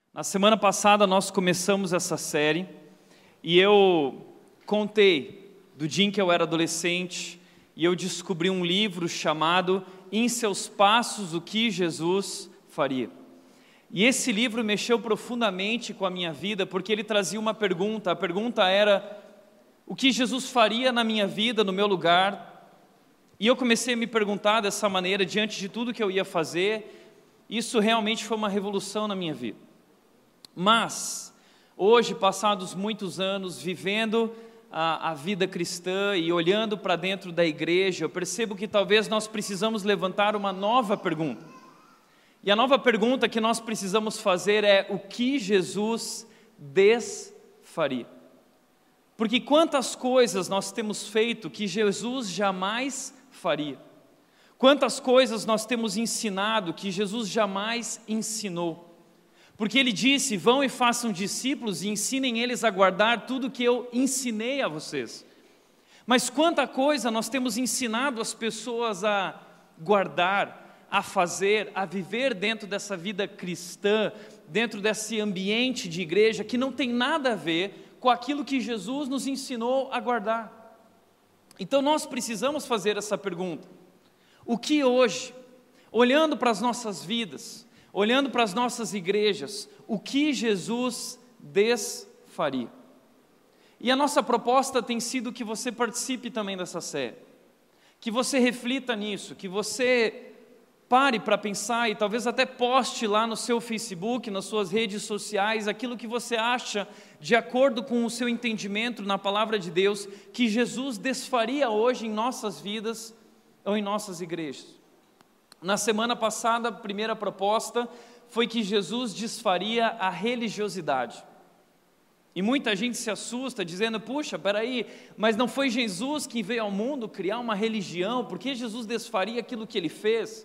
Na semana passada nós começamos essa série e eu contei do dia em que eu era adolescente e eu descobri um livro chamado Em Seus Passos, o que Jesus faria. E esse livro mexeu profundamente com a minha vida porque ele trazia uma pergunta. A pergunta era: o que Jesus faria na minha vida, no meu lugar? E eu comecei a me perguntar dessa maneira, diante de tudo que eu ia fazer. Isso realmente foi uma revolução na minha vida. Mas, hoje, passados muitos anos, vivendo a vida cristã e olhando para dentro da igreja, eu percebo que talvez nós precisamos levantar uma nova pergunta. E a nova pergunta que nós precisamos fazer é: o que Jesus desfaria? Porque quantas coisas nós temos feito que Jesus jamais faria? Quantas coisas nós temos ensinado que Jesus jamais ensinou? Porque Ele disse: vão e façam discípulos e ensinem eles a guardar tudo que eu ensinei a vocês. Mas quanta coisa nós temos ensinado as pessoas a guardar, a fazer, a viver dentro dessa vida cristã, dentro desse ambiente de igreja que não tem nada a ver com aquilo que Jesus nos ensinou a guardar. Então nós precisamos fazer essa pergunta: o que hoje, olhando para as nossas vidas, olhando para as nossas igrejas, o que Jesus desfaria? E a nossa proposta tem sido que você participe também dessa série, que você reflita nisso, que você pare para pensar e talvez até poste lá no seu Facebook, nas suas redes sociais, aquilo que você acha, de acordo com o seu entendimento na palavra de Deus, que Jesus desfaria hoje em nossas vidas ou em nossas igrejas. Na semana passada, a primeira proposta foi que Jesus desfaria a religiosidade. E muita gente se assusta dizendo: puxa, peraí, mas não foi Jesus que veio ao mundo criar uma religião? Por que Jesus desfaria aquilo que Ele fez?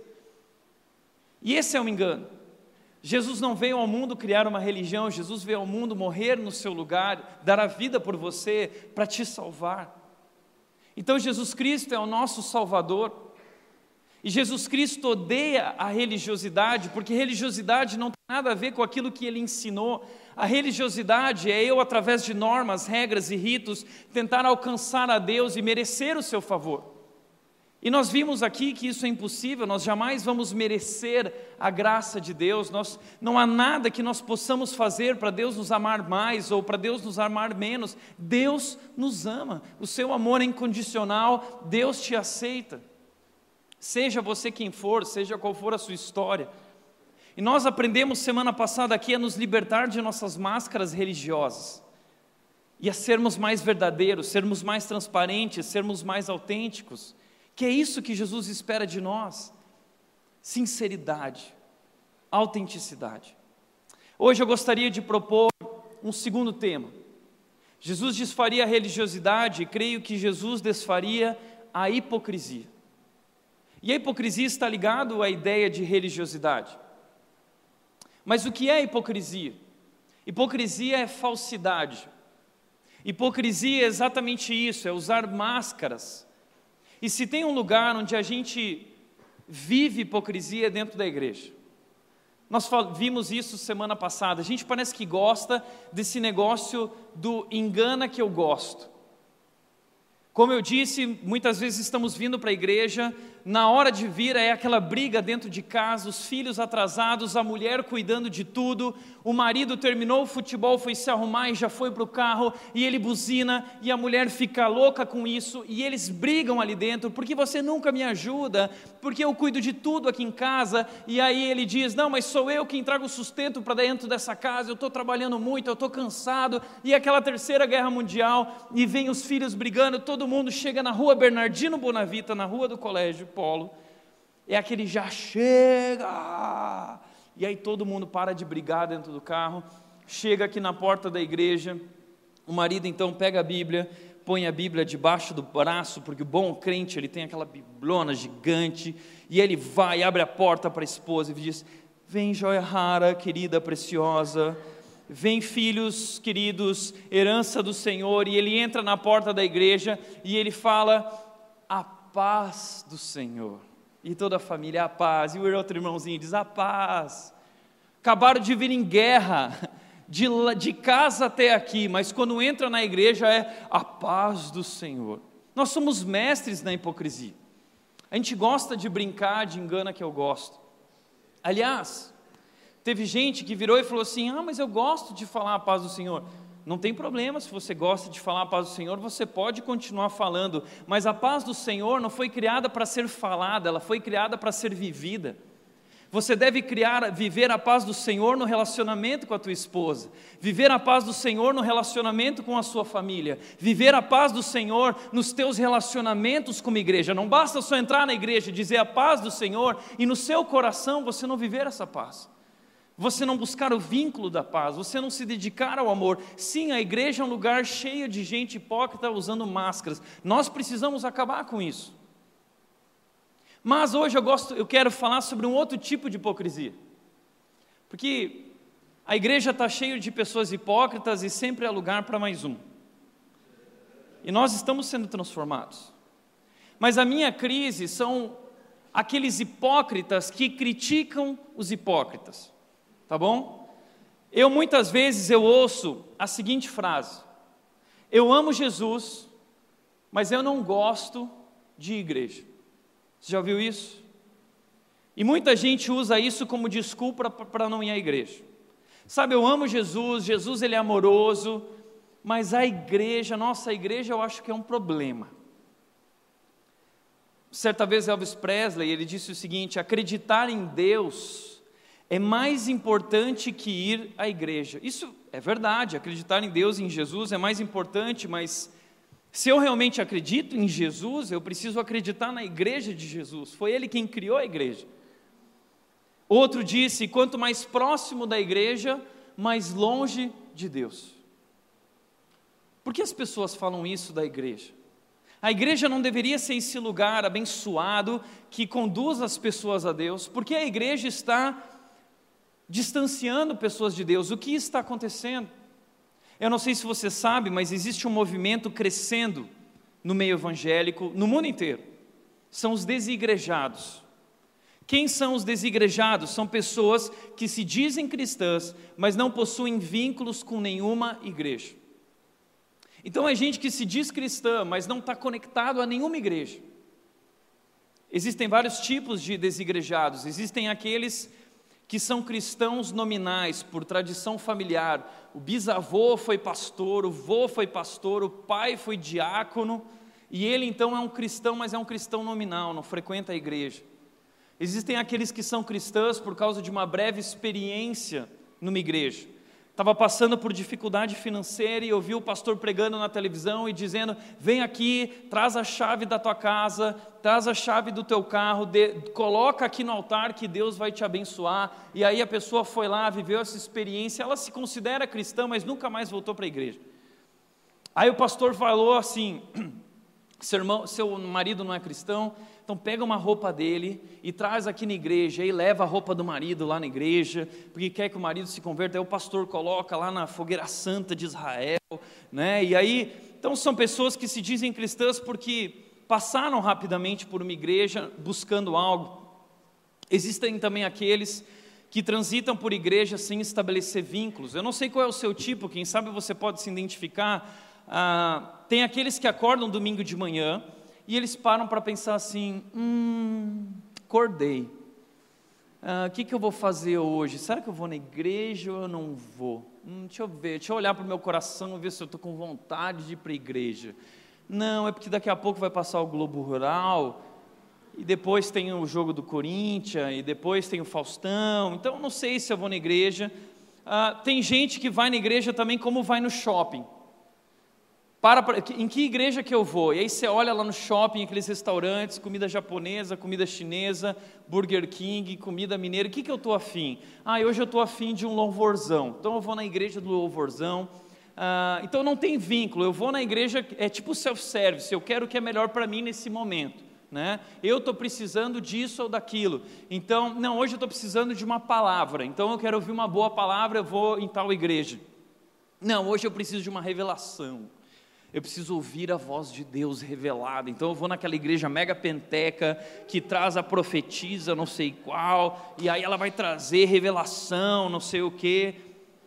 E esse é um engano. Jesus não veio ao mundo criar uma religião, Jesus veio ao mundo morrer no seu lugar, dar a vida por você, para te salvar. Então Jesus Cristo é o nosso Salvador. E Jesus Cristo odeia a religiosidade, porque religiosidade não tem nada a ver com aquilo que Ele ensinou. A religiosidade é eu, através de normas, regras e ritos, tentar alcançar a Deus e merecer o seu favor. E nós vimos aqui que isso é impossível, nós jamais vamos merecer a graça de Deus, não há nada que nós possamos fazer para Deus nos amar mais ou para Deus nos amar menos. Deus nos ama, o seu amor é incondicional, Deus te aceita. Seja você quem for, seja qual for a sua história. E nós aprendemos semana passada aqui a nos libertar de nossas máscaras religiosas e a sermos mais verdadeiros, sermos mais transparentes, sermos mais autênticos, que é isso que Jesus espera de nós: sinceridade, autenticidade. Hoje eu gostaria de propor um segundo tema. Jesus desfaria a religiosidade e creio que Jesus desfaria a hipocrisia. E a hipocrisia está ligada à ideia de religiosidade. Mas o que é hipocrisia? Hipocrisia é falsidade. Hipocrisia é exatamente isso, é usar máscaras. E se tem um lugar onde a gente vive hipocrisia, é dentro da igreja. Nós vimos isso semana passada. A gente parece que gosta desse negócio do engana que eu gosto. Como eu disse, muitas vezes estamos vindo para a igreja, na hora de vir é aquela briga dentro de casa, os filhos atrasados, a mulher cuidando de tudo, o marido terminou o futebol, foi se arrumar e já foi para o carro, e ele buzina, e a mulher fica louca com isso, e eles brigam ali dentro: porque você nunca me ajuda, porque eu cuido de tudo aqui em casa. E aí ele diz: não, mas sou eu quem trago o sustento para dentro dessa casa, eu estou trabalhando muito, eu estou cansado. E aquela terceira guerra mundial, e vem os filhos brigando, todo mundo chega na rua Bernardino Bonavita, na rua do colégio Polo, é aquele já chega, e aí todo mundo para de brigar dentro do carro, chega aqui na porta da igreja, o marido então pega a Bíblia, põe a Bíblia debaixo do braço, porque o bom crente, ele tem aquela biblona gigante, e ele vai, abre a porta para a esposa e diz: vem joia rara, querida, preciosa, vem filhos queridos, herança do Senhor. E ele entra na porta da igreja e ele fala: a paz do Senhor. E toda a família: a paz. E o outro irmãozinho diz: a paz. acabaram de vir em guerra, de casa até aqui, mas quando entra na igreja é a paz do Senhor. Nós somos mestres na hipocrisia. A gente gosta de brincar de engana que eu gosto. Aliás, teve gente que virou e falou assim: mas eu gosto de falar a paz do Senhor. Não tem problema, se você gosta de falar a paz do Senhor, você pode continuar falando, mas a paz do Senhor não foi criada para ser falada, ela foi criada para ser vivida. Você deve viver a paz do Senhor no relacionamento com a tua esposa, viver a paz do Senhor no relacionamento com a sua família, viver a paz do Senhor nos teus relacionamentos como igreja. Não basta só entrar na igreja e dizer a paz do Senhor e no seu coração você não viver essa paz, você não buscar o vínculo da paz, você não se dedicar ao amor. Sim, a igreja é um lugar cheio de gente hipócrita usando máscaras, nós precisamos acabar com isso. Mas hoje eu quero falar sobre um outro tipo de hipocrisia, porque a igreja está cheia de pessoas hipócritas e sempre há lugar para mais um, e nós estamos sendo transformados, mas a minha crise são aqueles hipócritas que criticam os hipócritas, tá bom? Muitas vezes eu ouço a seguinte frase: eu amo Jesus, mas eu não gosto de igreja. Você já ouviu isso? E muita gente usa isso como desculpa para não ir à igreja. Sabe, eu amo Jesus, Jesus ele é amoroso, mas a igreja, nossa igreja, eu acho que é um problema. Certa vez Elvis Presley, ele disse o seguinte: acreditar em Deus é mais importante que ir à igreja. Isso é verdade, acreditar em Deus, em Jesus é mais importante, mas se eu realmente acredito em Jesus, eu preciso acreditar na igreja de Jesus, foi Ele quem criou a igreja. Outro disse: quanto mais próximo da igreja, mais longe de Deus. Por que as pessoas falam isso da igreja? A igreja não deveria ser esse lugar abençoado que conduz as pessoas a Deus, porque a igreja está distanciando pessoas de Deus. O que está acontecendo? Eu não sei se você sabe, mas existe um movimento crescendo no meio evangélico, no mundo inteiro. São os desigrejados. Quem são os desigrejados? São pessoas que se dizem cristãs, mas não possuem vínculos com nenhuma igreja. Então é gente que se diz cristã, mas não está conectado a nenhuma igreja. Existem vários tipos de desigrejados. Existem aqueles que são cristãos nominais, por tradição familiar. O bisavô foi pastor, o vô foi pastor, o pai foi diácono, e ele então é um cristão, mas é um cristão nominal, não frequenta a igreja. Existem aqueles que são cristãos por causa de uma breve experiência numa igreja. Estava passando por dificuldade financeira e ouviu o pastor pregando na televisão e dizendo: vem aqui, traz a chave da tua casa, traz a chave do teu carro, coloca aqui no altar que Deus vai te abençoar. E aí a pessoa foi lá, viveu essa experiência, ela se considera cristã, mas nunca mais voltou para a igreja. Aí o pastor falou assim: seu marido não é cristão, então pega uma roupa dele e traz aqui na igreja, e leva a roupa do marido lá na igreja, porque quer que o marido se converta. Aí o pastor coloca lá na fogueira santa de Israel, né? E aí, então são pessoas que se dizem cristãs porque passaram rapidamente por uma igreja buscando algo. Existem também aqueles que transitam por igreja sem estabelecer vínculos. Eu não sei qual é o seu tipo, quem sabe você pode se identificar. Tem aqueles que acordam domingo de manhã e eles param para pensar assim: acordei, o que eu vou fazer hoje? Será que eu vou na igreja ou eu não vou? Deixa eu ver, deixa eu olhar para o meu coração, ver se eu estou com vontade de ir para a igreja. Não, é porque daqui a pouco vai passar o Globo Rural, e depois tem o jogo do Corinthians, e depois tem o Faustão, então não sei se eu vou na igreja. Tem gente que vai na igreja também como vai no shopping. Em que igreja que eu vou? E aí você olha lá no shopping, aqueles restaurantes, comida japonesa, comida chinesa, Burger King, comida mineira. O que eu estou afim? Hoje eu estou afim de um louvorzão, então eu vou na igreja do louvorzão. Então não tem vínculo, eu vou na igreja, é tipo self-service, eu quero o que é melhor para mim nesse momento, né? Eu estou precisando disso ou daquilo, então, não, hoje eu estou precisando de uma palavra, então eu quero ouvir uma boa palavra, eu vou em tal igreja. Não, hoje eu preciso de uma revelação. Eu preciso ouvir a voz de Deus revelada. Então eu vou naquela igreja mega penteca, que traz a profetisa não sei qual, e aí ela vai trazer revelação, não sei o quê.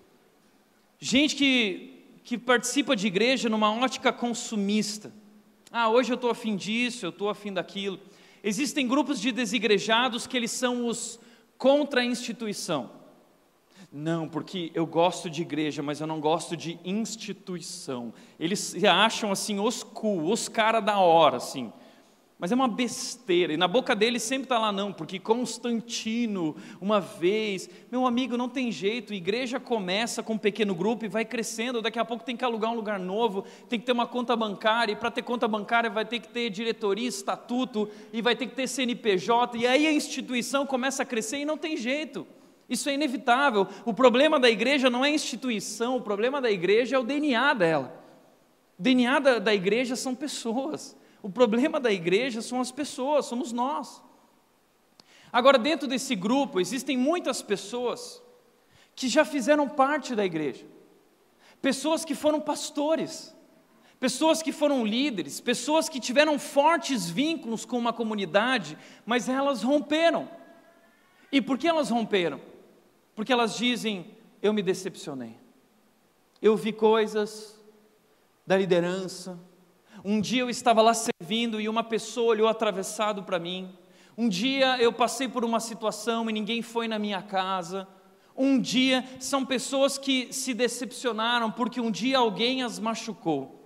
Gente que participa de igreja numa ótica consumista. Hoje eu estou afim disso, eu estou afim daquilo. Existem grupos de desigrejados que eles são os contra a instituição. Não, porque eu gosto de igreja, mas eu não gosto de instituição. Eles se acham assim, os caras da hora, assim. Mas é uma besteira, e na boca deles sempre está lá, não, porque Constantino, uma vez, meu amigo, não tem jeito, igreja começa com um pequeno grupo e vai crescendo, daqui a pouco tem que alugar um lugar novo, tem que ter uma conta bancária, e para ter conta bancária vai ter que ter diretoria, estatuto, e vai ter que ter CNPJ, e aí a instituição começa a crescer e não tem jeito. Isso é inevitável. O problema da igreja não é a instituição, o problema da igreja é o DNA dela. O DNA da igreja são pessoas. O problema da igreja são as pessoas, somos nós. Agora, dentro desse grupo, existem muitas pessoas que já fizeram parte da igreja. Pessoas que foram pastores, pessoas que foram líderes, pessoas que tiveram fortes vínculos com uma comunidade, mas elas romperam. E por que elas romperam? Porque elas dizem, eu me decepcionei. Eu vi coisas da liderança. Um dia eu estava lá servindo e uma pessoa olhou atravessado para mim. Um dia eu passei por uma situação e ninguém foi na minha casa. Um dia são pessoas que se decepcionaram porque um dia alguém as machucou.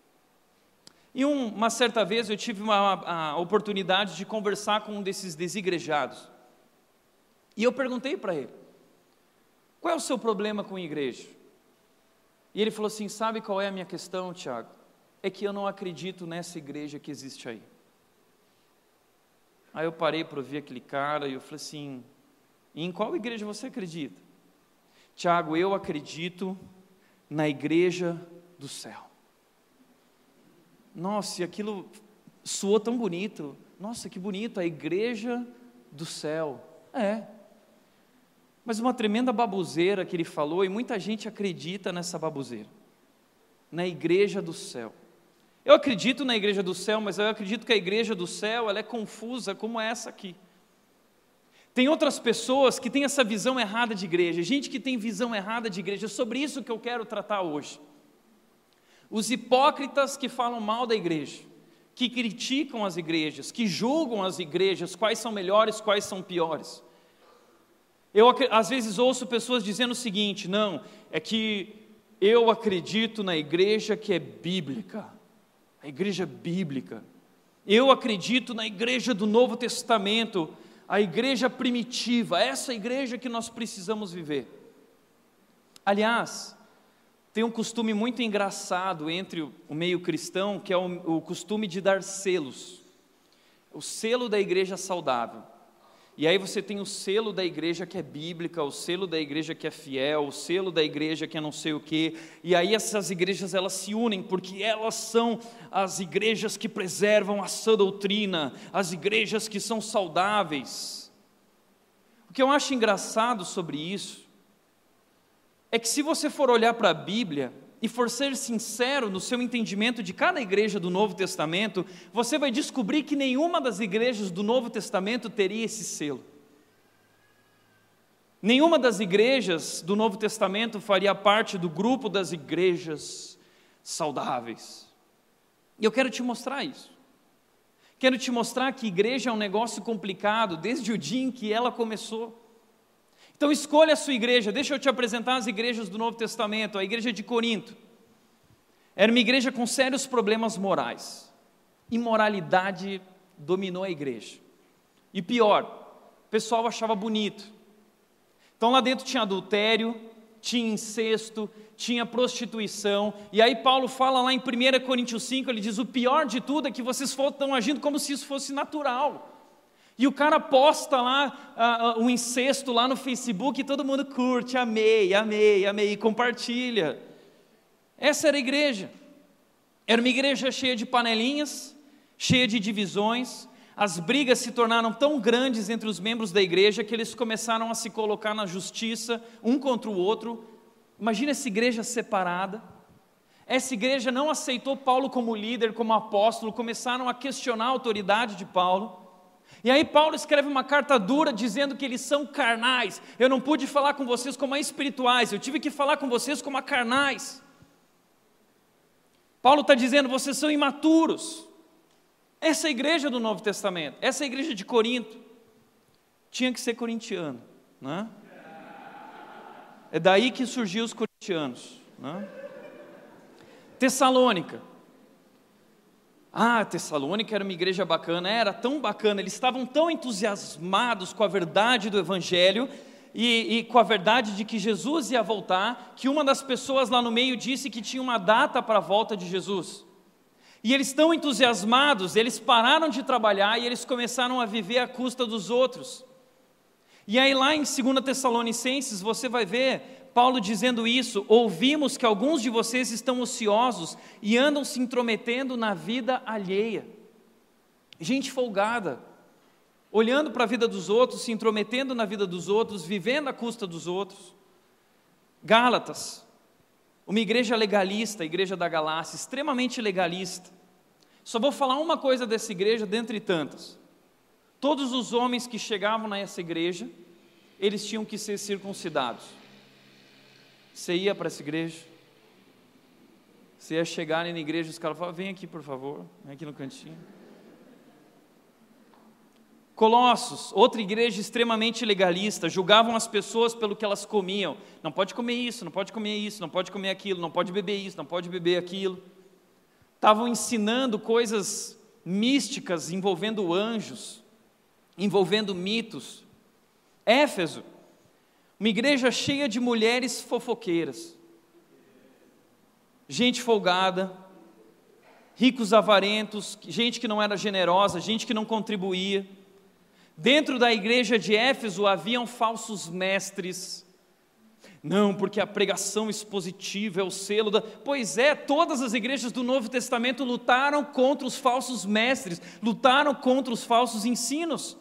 E uma certa vez eu tive a oportunidade de conversar com um desses desigrejados. E eu perguntei para ele, qual é o seu problema com a igreja? E ele falou assim, sabe qual é a minha questão, Tiago? É que eu não acredito nessa igreja que existe aí. Aí eu parei para ouvir aquele cara e eu falei assim, em qual igreja você acredita? Tiago, eu acredito na igreja do céu. Nossa, e aquilo soou tão bonito. Nossa, que bonito, a igreja do céu. Mas uma tremenda baboseira que ele falou, e muita gente acredita nessa baboseira. Na igreja do céu. Eu acredito na igreja do céu, mas eu acredito que a igreja do céu, ela é confusa como essa aqui. Tem outras pessoas que têm essa visão errada de igreja, gente que tem visão errada de igreja, é sobre isso que eu quero tratar hoje. Os hipócritas que falam mal da igreja, que criticam as igrejas, que julgam as igrejas, quais são melhores, quais são piores. Eu às vezes ouço pessoas dizendo o seguinte, não, é que eu acredito na igreja que é bíblica, a igreja bíblica. Eu acredito na igreja do Novo Testamento, a igreja primitiva, essa igreja que nós precisamos viver. Aliás, tem um costume muito engraçado entre o meio cristão, que é o costume de dar selos. O selo da igreja saudável. E aí você tem o selo da igreja que é bíblica, o selo da igreja que é fiel, o selo da igreja que é não sei o quê. E aí essas igrejas elas se unem, porque elas são as igrejas que preservam a sã doutrina, as igrejas que são saudáveis. O que eu acho engraçado sobre isso, é que se você for olhar para a Bíblia, e for ser sincero no seu entendimento de cada igreja do Novo Testamento, você vai descobrir que nenhuma das igrejas do Novo Testamento teria esse selo. Nenhuma das igrejas do Novo Testamento faria parte do grupo das igrejas saudáveis. E eu quero te mostrar isso. Quero te mostrar que igreja é um negócio complicado desde o dia em que ela começou. Então escolha a sua igreja. Deixa eu te apresentar as igrejas do Novo Testamento. A igreja de Corinto era uma igreja com sérios problemas morais. Imoralidade dominou a igreja. E pior, o pessoal achava bonito. Então lá dentro tinha adultério, tinha incesto, tinha prostituição. E aí Paulo fala lá em 1 Coríntios 5, ele diz, o pior de tudo é que vocês estão agindo como se isso fosse natural. E o cara posta lá o incesto lá no Facebook e todo mundo curte, amei, e compartilha. Essa era a igreja. Era uma igreja cheia de panelinhas, cheia de divisões. As brigas se tornaram tão grandes entre os membros da igreja que eles começaram a se colocar na justiça, um contra o outro. Imagina essa igreja separada. Essa igreja não aceitou Paulo como líder, como apóstolo, começaram a questionar a autoridade de Paulo. E aí Paulo escreve uma carta dura dizendo que eles são carnais. Eu não pude falar com vocês como a espirituais, eu tive que falar com vocês como a carnais. Paulo está dizendo, vocês são imaturos. Essa igreja do Novo Testamento, essa igreja de Corinto, tinha que ser corintiano, né? É daí que surgiu os corintianos, né? Tessalônica. Tessalônica era uma igreja bacana, era tão bacana, eles estavam tão entusiasmados com a verdade do Evangelho e com a verdade de que Jesus ia voltar, que uma das pessoas lá no meio disse que tinha uma data para a volta de Jesus. E eles tão entusiasmados, eles pararam de trabalhar e eles começaram a viver à custa dos outros. E aí lá em 2 Tessalonicenses você vai ver Paulo dizendo isso: ouvimos que alguns de vocês estão ociosos e andam se intrometendo na vida alheia. Gente folgada, olhando para a vida dos outros, se intrometendo na vida dos outros, vivendo à custa dos outros. Gálatas, uma igreja legalista, a igreja da Galácia, extremamente legalista. Só vou falar uma coisa dessa igreja dentre tantas. Todos os homens que chegavam nessa igreja, eles tinham que ser circuncidados. Você ia para essa igreja, você ia chegar na igreja, os caras falavam, vem aqui por favor, vem aqui no cantinho. Colossos, outra igreja extremamente legalista, julgavam as pessoas pelo que elas comiam. Não pode comer isso, não pode comer isso, não pode comer aquilo, não pode beber isso, não pode beber aquilo. Estavam ensinando coisas místicas envolvendo anjos, envolvendo mitos. Éfeso, uma igreja cheia de mulheres fofoqueiras, gente folgada, ricos avarentos, gente que não era generosa, gente que não contribuía. Dentro da igreja de Éfeso haviam falsos mestres. Não, porque a pregação expositiva é o selo da... Pois é, todas as igrejas do Novo Testamento lutaram contra os falsos mestres, lutaram contra os falsos ensinos.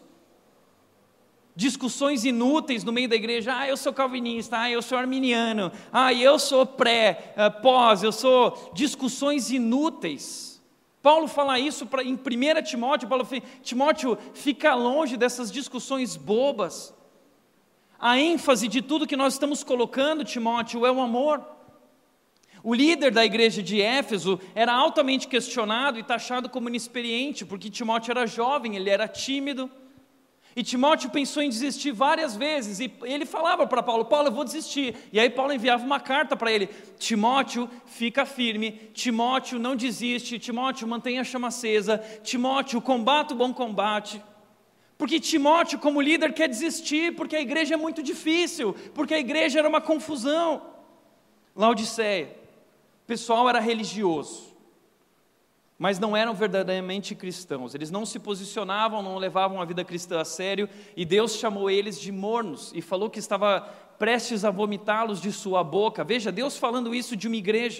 Discussões inúteis no meio da igreja, eu sou calvinista, eu sou arminiano, eu sou pós, eu sou... Discussões inúteis. Paulo fala isso em 1 Timóteo, Paulo fala, Timóteo, fica longe dessas discussões bobas. A ênfase de tudo que nós estamos colocando, Timóteo, é o amor. O líder da igreja de Éfeso era altamente questionado e taxado como inexperiente, porque Timóteo era jovem, ele era tímido. E Timóteo pensou em desistir várias vezes, e ele falava para Paulo, eu vou desistir. E aí Paulo enviava uma carta para ele, Timóteo, fica firme, Timóteo, não desiste, Timóteo, mantenha a chama acesa, Timóteo, combata o bom combate. Porque Timóteo, como líder, quer desistir, porque a igreja é muito difícil, porque a igreja era uma confusão. Laodiceia, o pessoal era religioso, mas não eram verdadeiramente cristãos, eles não se posicionavam, não levavam a vida cristã a sério, e Deus chamou eles de mornos, e falou que estava prestes a vomitá-los de sua boca. Veja, Deus falando isso de uma igreja.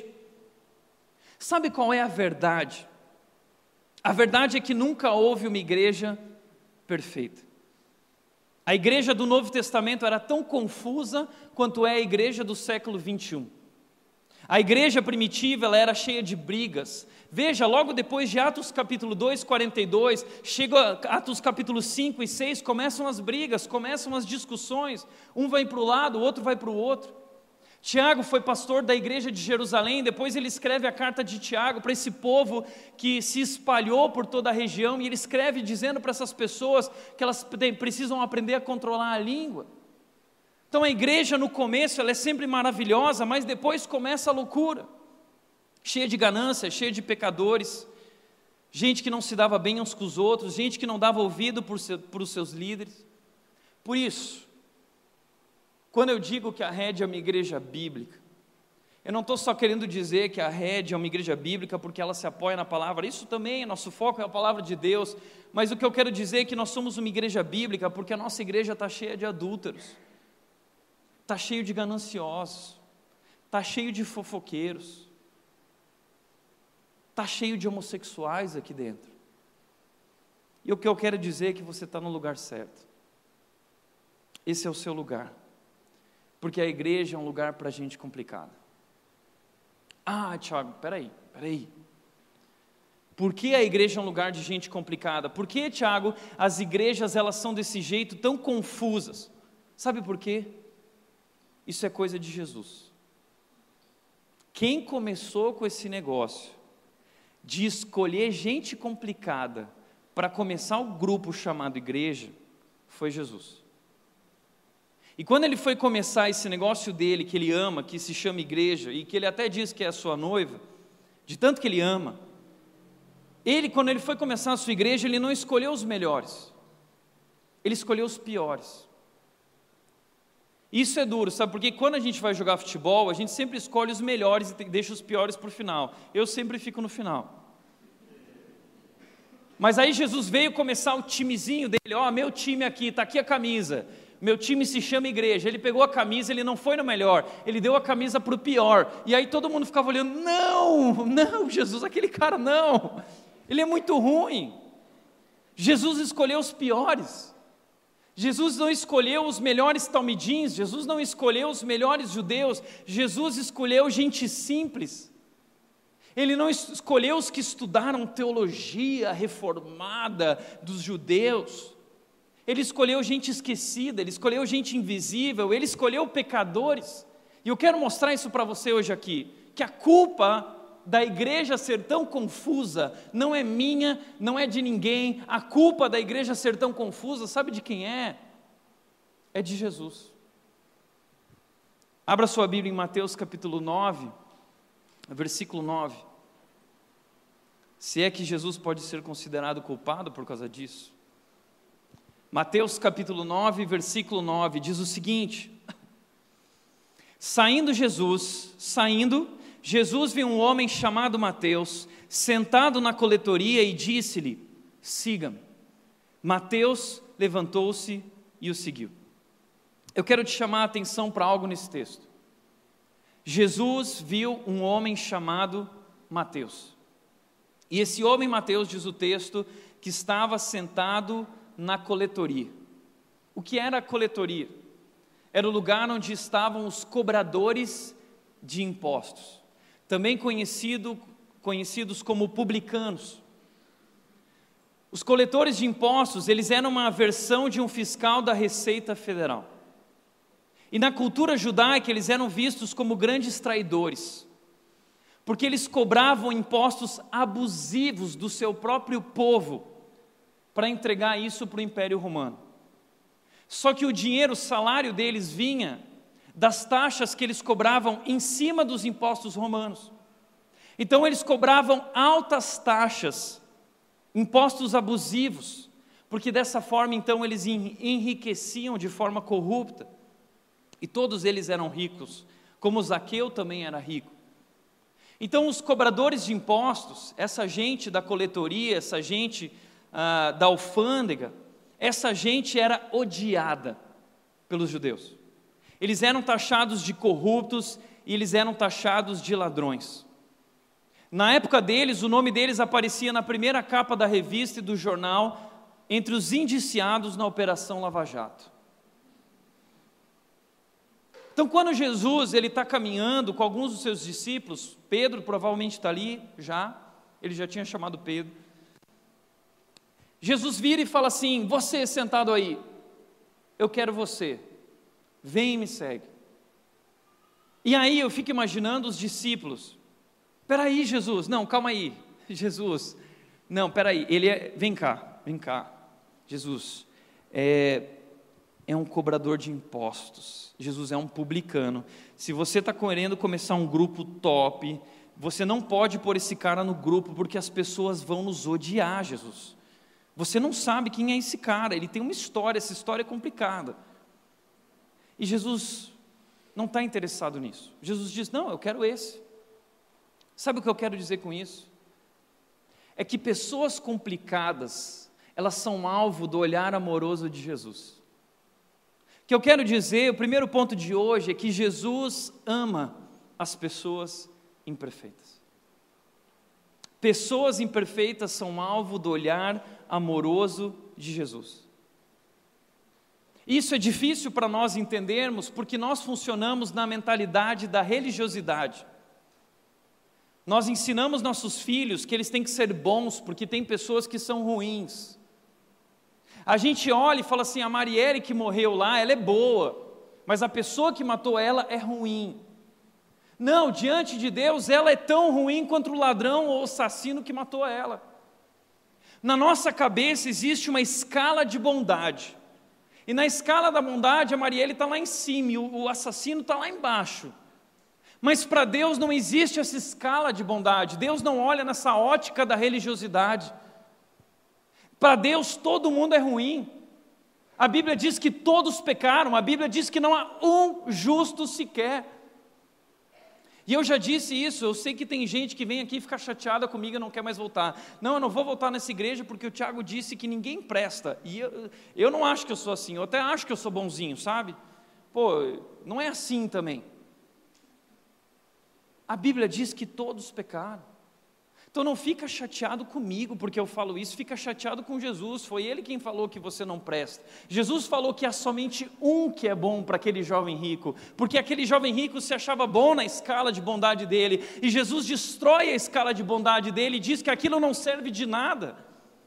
Sabe qual é a verdade? A verdade é que nunca houve uma igreja perfeita. A igreja do Novo Testamento era tão confusa quanto é a igreja do século 21. A igreja primitiva, ela era cheia de brigas. Veja, logo depois de Atos capítulo 2, 42, chega Atos capítulo 5 e 6, começam as brigas, começam as discussões, um vai para o lado, o outro vai para o outro. Tiago foi pastor da igreja de Jerusalém, depois ele escreve a carta de Tiago para esse povo que se espalhou por toda a região, e ele escreve dizendo para essas pessoas que elas precisam aprender a controlar a língua. Então a igreja no começo ela é sempre maravilhosa, mas depois começa a loucura, cheia de ganância, cheia de pecadores, gente que não se dava bem uns com os outros, gente que não dava ouvido para os seus líderes. Por isso, quando eu digo que a Rede é uma igreja bíblica, eu não estou só querendo dizer que a Rede é uma igreja bíblica porque ela se apoia na palavra, isso também, nosso foco é a palavra de Deus, mas o que eu quero dizer é que nós somos uma igreja bíblica porque a nossa igreja está cheia de adúlteros, está cheio de gananciosos, está cheio de fofoqueiros, está cheio de homossexuais aqui dentro. E o que eu quero dizer é que você está no lugar certo. Esse é o seu lugar. Porque a igreja é um lugar para gente complicada. Ah, Tiago, peraí. Por que a igreja é um lugar de gente complicada? Por que, Tiago, as igrejas elas são desse jeito tão confusas? Sabe por quê? Isso é coisa de Jesus. Quem começou com esse negócio de escolher gente complicada para começar o grupo chamado igreja foi Jesus. E quando ele foi começar esse negócio dele, que ele ama, que se chama igreja, e que ele até diz que é a sua noiva, de tanto que ele ama, quando ele foi começar a sua igreja, ele não escolheu os melhores, ele escolheu os piores. Isso é duro, sabe? Porque quando a gente vai jogar futebol, a gente sempre escolhe os melhores e deixa os piores para o final. Eu sempre fico no final. Mas aí Jesus veio começar o timezinho dele, meu time aqui, está aqui a camisa. Meu time se chama igreja. Ele pegou a camisa, ele não foi no melhor, ele deu a camisa para o pior. E aí todo mundo ficava olhando, não, Jesus, aquele cara não, ele é muito ruim. Jesus escolheu os piores. Jesus não escolheu os melhores talmidins, Jesus não escolheu os melhores judeus, Jesus escolheu gente simples. Ele não escolheu os que estudaram teologia reformada dos judeus. Ele escolheu gente esquecida, ele escolheu gente invisível, ele escolheu pecadores. E eu quero mostrar isso para você hoje aqui, que a culpa da igreja ser tão confusa não é minha, não é de ninguém. A culpa da igreja ser tão confusa, sabe de quem é? É de Jesus. Abra sua Bíblia em Mateus capítulo 9, versículo 9. Se é que Jesus pode ser considerado culpado por causa disso. Mateus capítulo 9, versículo 9, diz o seguinte: Saindo, Jesus viu um homem chamado Mateus, sentado na coletoria e disse-lhe, siga-me. Mateus levantou-se e o seguiu. Eu quero te chamar a atenção para algo nesse texto. Jesus viu um homem chamado Mateus. E esse homem Mateus, diz o texto, que estava sentado na coletoria. O que era a coletoria? Era o lugar onde estavam os cobradores de impostos, também conhecidos como publicanos. Os coletores de impostos, eles eram uma versão de um fiscal da Receita Federal. E na cultura judaica, eles eram vistos como grandes traidores, porque eles cobravam impostos abusivos do seu próprio povo, para entregar isso para o Império Romano. Só que o dinheiro, o salário deles vinha das taxas que eles cobravam em cima dos impostos romanos. Então eles cobravam altas taxas, impostos abusivos, porque dessa forma então eles enriqueciam de forma corrupta. E todos eles eram ricos, como Zaqueu também era rico. Então os cobradores de impostos, essa gente da coletoria, essa gente da alfândega, essa gente era odiada pelos judeus. Eles eram taxados de corruptos e eles eram taxados de ladrões. Na época deles, o nome deles aparecia na primeira capa da revista e do jornal, entre os indiciados na Operação Lava Jato. Então, quando Jesus está caminhando com alguns dos seus discípulos, Pedro provavelmente está ali ele já tinha chamado Pedro. Jesus vira e fala assim, você sentado aí, eu quero você, vem e me segue. E aí eu fico imaginando os discípulos, peraí Jesus, não, calma aí, Jesus, não, peraí, vem cá, Jesus, é um cobrador de impostos, Jesus é um publicano, se você está querendo começar um grupo top, você não pode pôr esse cara no grupo, porque as pessoas vão nos odiar, Jesus. Você não sabe quem é esse cara, ele tem uma história, essa história é complicada. E Jesus não está interessado nisso. Jesus diz, não, eu quero esse. Sabe o que eu quero dizer com isso? É que pessoas complicadas, elas são alvo do olhar amoroso de Jesus. O que eu quero dizer, o primeiro ponto de hoje é que Jesus ama as pessoas imperfeitas. Pessoas imperfeitas são alvo do olhar amoroso de Jesus. Isso é difícil para nós entendermos, porque nós funcionamos na mentalidade da religiosidade. Nós ensinamos nossos filhos que eles têm que ser bons, porque tem pessoas que são ruins. A gente olha e fala assim, a Marielle que morreu lá, ela é boa, mas a pessoa que matou ela é ruim. Não, diante de Deus, ela é tão ruim quanto o ladrão ou o assassino que matou ela. Na nossa cabeça existe uma escala de bondade. E na escala da bondade, a Marielle está lá em cima e o assassino está lá embaixo. Mas para Deus não existe essa escala de bondade. Deus não olha nessa ótica da religiosidade. Para Deus todo mundo é ruim. A Bíblia diz que todos pecaram. A Bíblia diz que não há um justo sequer. E eu já disse isso, eu sei que tem gente que vem aqui e fica chateada comigo e não quer mais voltar. Não, eu não vou voltar nessa igreja porque o Tiago disse que ninguém presta. E eu não acho que eu sou assim, eu até acho que eu sou bonzinho, sabe? Pô, não é assim também. A Bíblia diz que todos pecaram. Então não fica chateado comigo porque eu falo isso, fica chateado com Jesus, foi Ele quem falou que você não presta. Jesus falou que há somente um que é bom para aquele jovem rico, porque aquele jovem rico se achava bom na escala de bondade dele, e Jesus destrói a escala de bondade dele e diz que aquilo não serve de nada.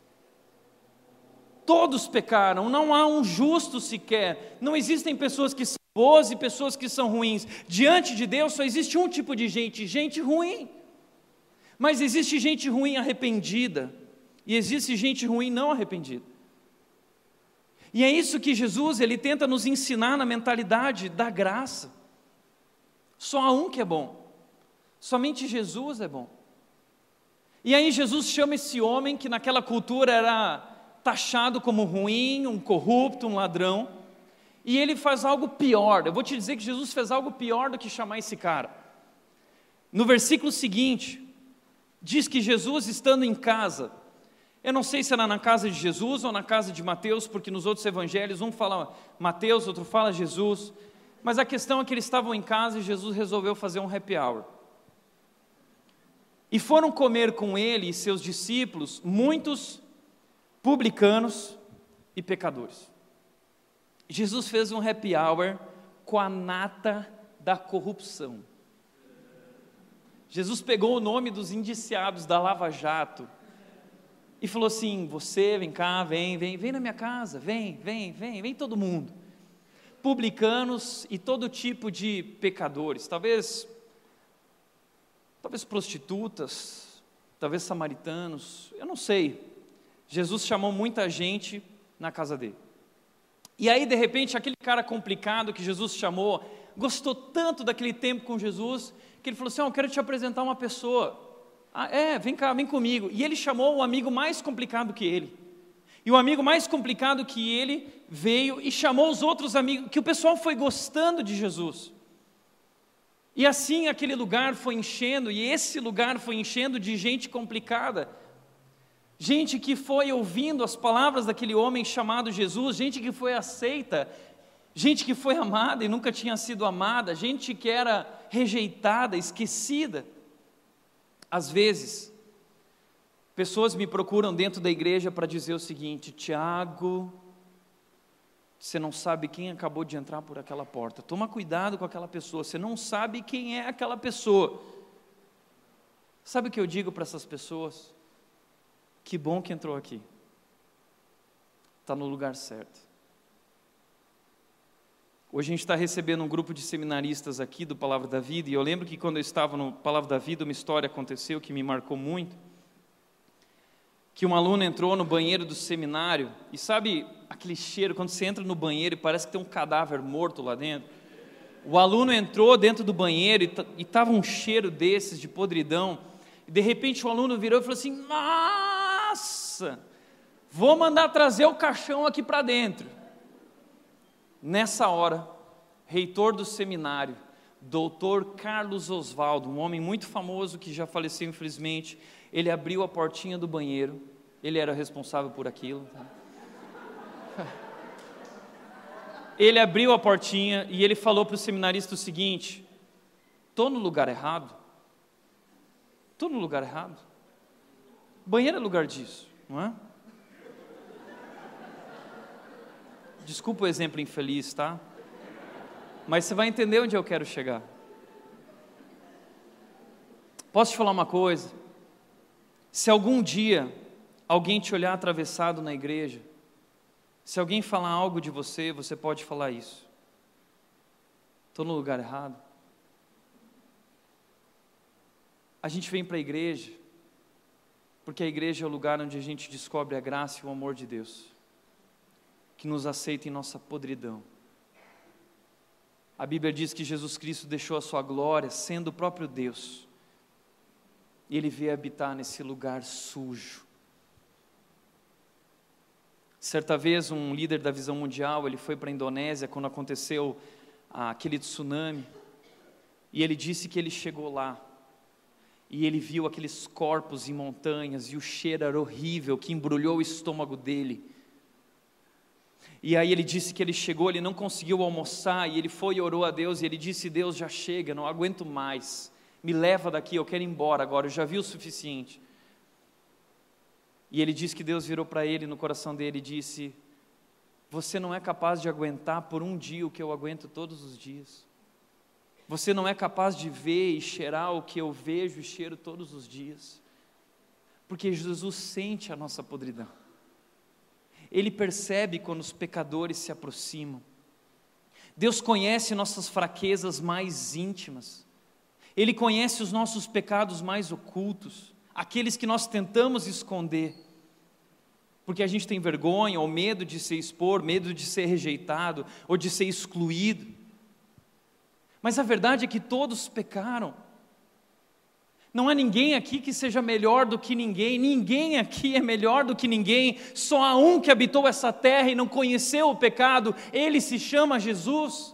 Todos pecaram, não há um justo sequer, não existem pessoas que são boas e pessoas que são ruins. Diante de Deus só existe um tipo de gente ruim. Mas existe gente ruim arrependida, e existe gente ruim não arrependida. E é isso que Jesus, Ele tenta nos ensinar na mentalidade da graça. Só há um que é bom, somente Jesus é bom. E aí Jesus chama esse homem que naquela cultura era taxado como ruim, um corrupto, um ladrão, e ele faz algo pior. Eu vou te dizer que Jesus fez algo pior do que chamar esse cara. No versículo seguinte, diz que Jesus estando em casa, eu não sei se era na casa de Jesus ou na casa de Mateus, porque nos outros evangelhos um fala Mateus, outro fala Jesus, mas a questão é que eles estavam em casa e Jesus resolveu fazer um happy hour. E foram comer com ele e seus discípulos muitos publicanos e pecadores. Jesus fez um happy hour com a nata da corrupção. Jesus pegou o nome dos indiciados da Lava Jato e falou assim, você vem cá, vem na minha casa, vem todo mundo. Publicanos e todo tipo de pecadores, talvez prostitutas, talvez samaritanos, eu não sei. Jesus chamou muita gente na casa dele. E aí de repente aquele cara complicado que Jesus chamou, gostou tanto daquele tempo com Jesus, que ele falou assim, eu quero te apresentar uma pessoa. Vem cá, vem comigo. E ele chamou o amigo mais complicado que ele. E o amigo mais complicado que ele veio e chamou os outros amigos, que o pessoal foi gostando de Jesus. E assim aquele lugar foi enchendo, e esse lugar foi enchendo de gente complicada. Gente que foi ouvindo as palavras daquele homem chamado Jesus, gente que foi aceita, gente que foi amada e nunca tinha sido amada, gente que era rejeitada, esquecida. Às vezes, pessoas me procuram dentro da igreja para dizer o seguinte, Tiago, você não sabe quem acabou de entrar por aquela porta, toma cuidado com aquela pessoa, você não sabe quem é aquela pessoa. Sabe o que eu digo para essas pessoas? Que bom que entrou aqui, está no lugar certo. Hoje a gente está recebendo um grupo de seminaristas aqui do Palavra da Vida, e eu lembro que quando eu estava no Palavra da Vida, uma história aconteceu que me marcou muito, que um aluno entrou no banheiro do seminário, e sabe aquele cheiro, quando você entra no banheiro e parece que tem um cadáver morto lá dentro? O aluno entrou dentro do banheiro e estava um cheiro desses, de podridão, e de repente o aluno virou e falou assim, nossa, vou mandar trazer o caixão aqui para dentro. Nessa hora, reitor do seminário, doutor Carlos Oswaldo, um homem muito famoso que já faleceu infelizmente, ele abriu a portinha do banheiro, ele era responsável por aquilo, tá? Ele abriu a portinha e ele falou para o seminarista o seguinte, estou no lugar errado? Estou no lugar errado? Banheiro é lugar disso, não é? Desculpa o exemplo infeliz, tá? Mas você vai entender onde eu quero chegar. Posso te falar uma coisa? Se algum dia alguém te olhar atravessado na igreja, se alguém falar algo de você, você pode falar isso: estou no lugar errado. A gente vem para a igreja porque a igreja é o lugar onde a gente descobre a graça e o amor de Deus, que nos aceita em nossa podridão. A Bíblia diz que Jesus Cristo deixou a sua glória, sendo o próprio Deus, e Ele veio habitar nesse lugar sujo. Certa vez um líder da Visão Mundial, ele foi para a Indonésia quando aconteceu aquele tsunami, e ele disse que ele chegou lá, e ele viu aqueles corpos em montanhas, e o cheiro era horrível, que embrulhou o estômago dele. E aí ele disse que ele chegou, ele não conseguiu almoçar, e ele foi e orou a Deus, e ele disse: Deus, já chega, não aguento mais, me leva daqui, eu quero ir embora agora, eu já vi o suficiente. E ele disse que Deus virou para ele no coração dele e disse: você não é capaz de aguentar por um dia o que eu aguento todos os dias. Você não é capaz de ver e cheirar o que eu vejo e cheiro todos os dias. Porque Jesus sente a nossa podridão. Ele percebe quando os pecadores se aproximam. Deus conhece nossas fraquezas mais íntimas. Ele conhece os nossos pecados mais ocultos, aqueles que nós tentamos esconder, porque a gente tem vergonha ou medo de se expor, medo de ser rejeitado ou de ser excluído. Mas a verdade é que todos pecaram. Não há ninguém aqui que seja melhor do que ninguém, ninguém aqui é melhor do que ninguém, só há um que habitou essa terra e não conheceu o pecado, ele se chama Jesus.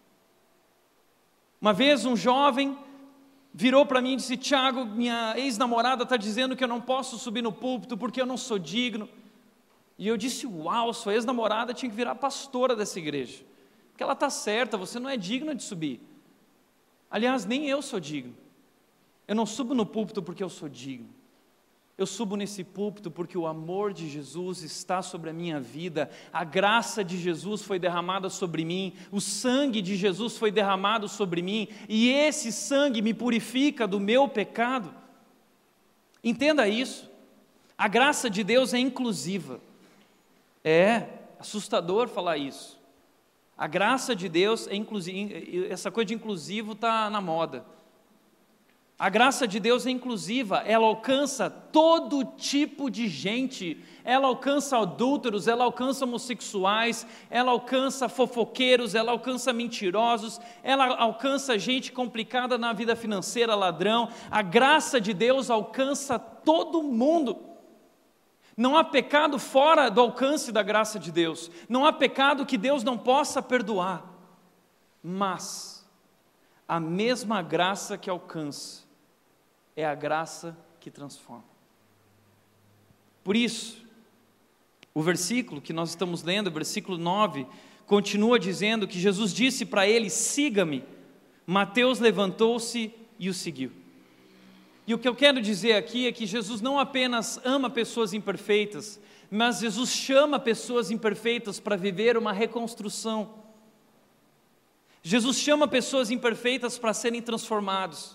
Uma vez um jovem virou para mim e disse: Tiago, minha ex-namorada está dizendo que eu não posso subir no púlpito porque eu não sou digno. E eu disse: uau, sua ex-namorada tinha que virar pastora dessa igreja, porque ela está certa, você não é digno de subir. Aliás, nem eu sou digno. Eu não subo no púlpito porque eu sou digno. Eu subo nesse púlpito porque o amor de Jesus está sobre a minha vida, a graça de Jesus foi derramada sobre mim, o sangue de Jesus foi derramado sobre mim, e esse sangue me purifica do meu pecado. Entenda isso, a graça de Deus é inclusiva. É assustador falar isso. A graça de Deus é inclusiva, essa coisa de inclusivo está na moda. A graça de Deus é inclusiva, ela alcança todo tipo de gente, ela alcança adúlteros, ela alcança homossexuais, ela alcança fofoqueiros, ela alcança mentirosos, ela alcança gente complicada na vida financeira, ladrão. A graça de Deus alcança todo mundo. Não há pecado fora do alcance da graça de Deus, não há pecado que Deus não possa perdoar, mas a mesma graça que alcança é a graça que transforma. Por isso, o versículo que nós estamos lendo, o versículo 9, continua dizendo que Jesus disse para ele: siga-me. Mateus levantou-se e o seguiu. E o que eu quero dizer aqui é que Jesus não apenas ama pessoas imperfeitas, mas Jesus chama pessoas imperfeitas para viver uma reconstrução. Jesus chama pessoas imperfeitas para serem transformados.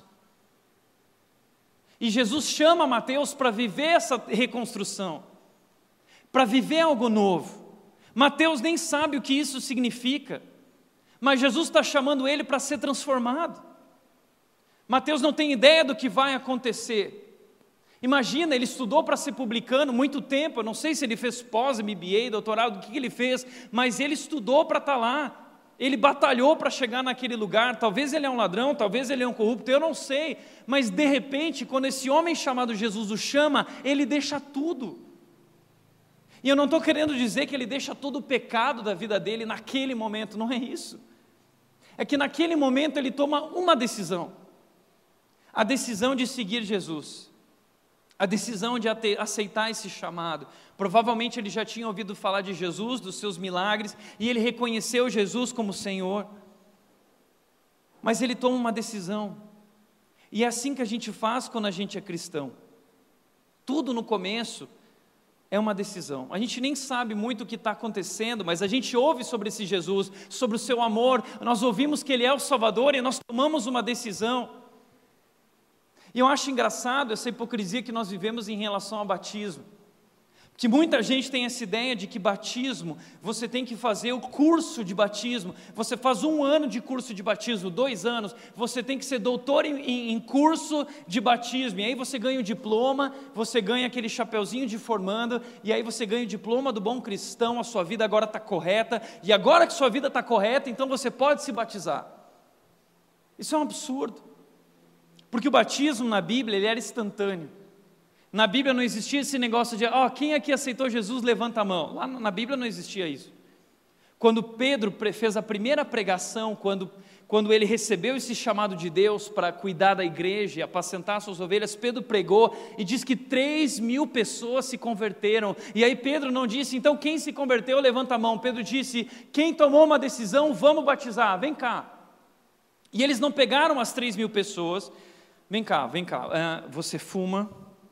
E Jesus chama Mateus para viver essa reconstrução, para viver algo novo. Mateus nem sabe o que isso significa, mas Jesus está chamando ele para ser transformado. Mateus não tem ideia do que vai acontecer. Imagina, ele estudou para ser publicano muito tempo, eu não sei se ele fez pós, MBA, doutorado, o que ele fez, mas ele estudou para estar lá. Ele batalhou para chegar naquele lugar. Talvez ele é um ladrão, talvez ele é um corrupto, eu não sei, mas de repente, quando esse homem chamado Jesus o chama, ele deixa tudo. E eu não estou querendo dizer que ele deixa todo o pecado da vida dele naquele momento, não é isso. É que naquele momento ele toma uma decisão, a decisão de seguir Jesus, a decisão de aceitar esse chamado. Provavelmente ele já tinha ouvido falar de Jesus, dos seus milagres, e ele reconheceu Jesus como Senhor, mas ele toma uma decisão, e é assim que a gente faz quando a gente é cristão. Tudo no começo é uma decisão, a gente nem sabe muito o que está acontecendo, mas a gente ouve sobre esse Jesus, sobre o seu amor, nós ouvimos que Ele é o Salvador e nós tomamos uma decisão. E eu acho engraçado essa hipocrisia que nós vivemos em relação ao batismo. Que muita gente tem essa ideia de que batismo, você tem que fazer o curso de batismo, você faz 1 ano de curso de batismo, 2 anos, você tem que ser doutor em curso de batismo, e aí você ganha o diploma, você ganha aquele chapeuzinho de formando, e aí você ganha o diploma do bom cristão, a sua vida agora está correta, e agora que sua vida está correta, então você pode se batizar. Isso é um absurdo, porque o batismo na Bíblia, ele era instantâneo. Na Bíblia não existia esse negócio de, quem aqui aceitou Jesus, levanta a mão. Lá na Bíblia não existia isso. Quando Pedro fez a primeira pregação, quando ele recebeu esse chamado de Deus para cuidar da igreja e apacentar suas ovelhas, Pedro pregou e diz que 3.000 pessoas se converteram. E aí Pedro não disse, então quem se converteu, levanta a mão. Pedro disse, quem tomou uma decisão, vamos batizar, vem cá. E eles não pegaram as 3.000 pessoas, vem cá, você fuma?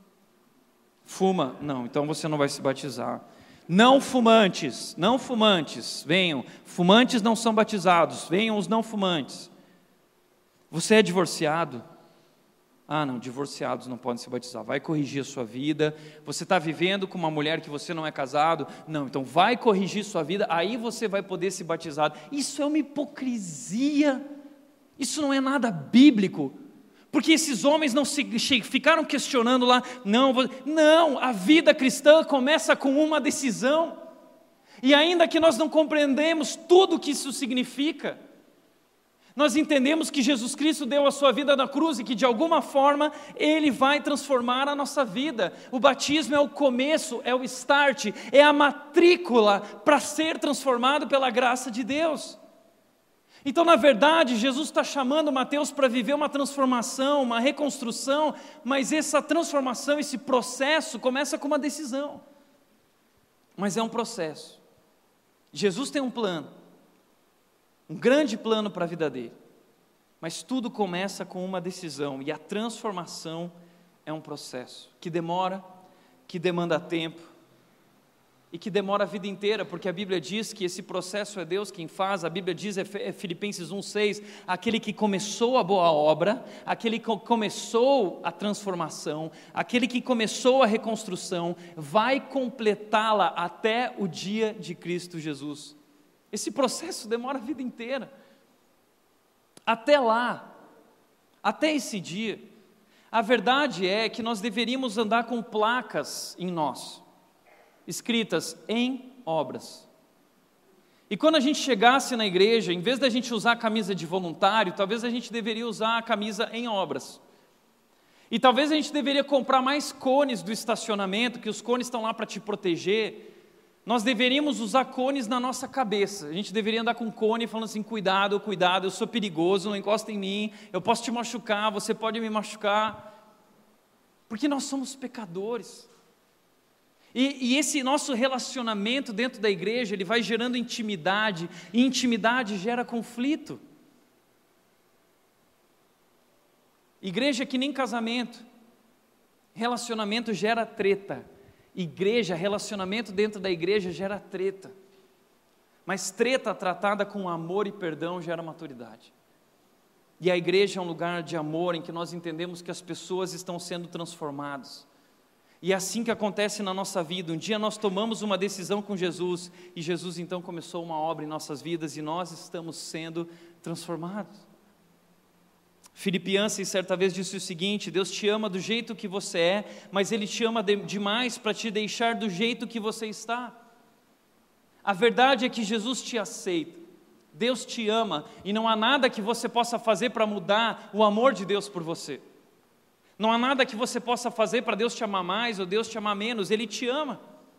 Fuma? Não, então você não vai se batizar. Não fumantes, venham. Fumantes não são batizados, venham os não fumantes. Você é divorciado? Não, divorciados não podem se batizar. Vai corrigir a sua vida. Você está vivendo com uma mulher que você não é casado? Não, então vai corrigir sua vida, aí você vai poder se batizar. Isso é uma hipocrisia. Isso não é nada bíblico. Porque esses homens não ficaram questionando lá, não, a vida cristã começa com uma decisão, e ainda que nós não compreendemos tudo o que isso significa, nós entendemos que Jesus Cristo deu a sua vida na cruz e que de alguma forma Ele vai transformar a nossa vida. O batismo é o começo, é o start, é a matrícula para ser transformado pela graça de Deus. Então, na verdade, Jesus está chamando Mateus para viver uma transformação, uma reconstrução, mas essa transformação, esse processo começa com uma decisão. Mas é um processo. Jesus tem um plano, um grande plano para a vida dele, mas tudo começa com uma decisão, e a transformação é um processo que demora, que demanda tempo, e que demora a vida inteira, porque a Bíblia diz que esse processo é Deus quem faz. A Bíblia diz, Filipenses 1,6, aquele que começou a boa obra, aquele que começou a transformação, aquele que começou a reconstrução, vai completá-la até o dia de Cristo Jesus. Esse processo demora a vida inteira, até lá, até esse dia. A verdade é que nós deveríamos andar com placas em nós, escritas em obras. E quando a gente chegasse na igreja, em vez da gente usar a camisa de voluntário, talvez a gente deveria usar a camisa em obras. E talvez a gente deveria comprar mais cones do estacionamento, que os cones estão lá para te proteger. Nós deveríamos usar cones na nossa cabeça. A gente deveria andar com cone falando assim, cuidado, eu sou perigoso, não encosta em mim, eu posso te machucar, você pode me machucar. Porque nós somos pecadores. E esse nosso relacionamento dentro da igreja, ele vai gerando intimidade, e intimidade gera conflito. Igreja é que nem casamento, relacionamento gera treta. Relacionamento dentro da igreja gera treta. Mas treta tratada com amor e perdão gera maturidade. E a igreja é um lugar de amor em que nós entendemos que as pessoas estão sendo transformadas. E é assim que acontece na nossa vida. Um dia nós tomamos uma decisão com Jesus, e Jesus então começou uma obra em nossas vidas, e nós estamos sendo transformados. Filipenses certa vez disse o seguinte: Deus te ama do jeito que você é, mas Ele te ama demais para te deixar do jeito que você está. A verdade é que Jesus te aceita, Deus te ama, e não há nada que você possa fazer para mudar o amor de Deus por você. Não há nada que você possa fazer para Deus te amar mais ou Deus te amar menos, Ele te ama.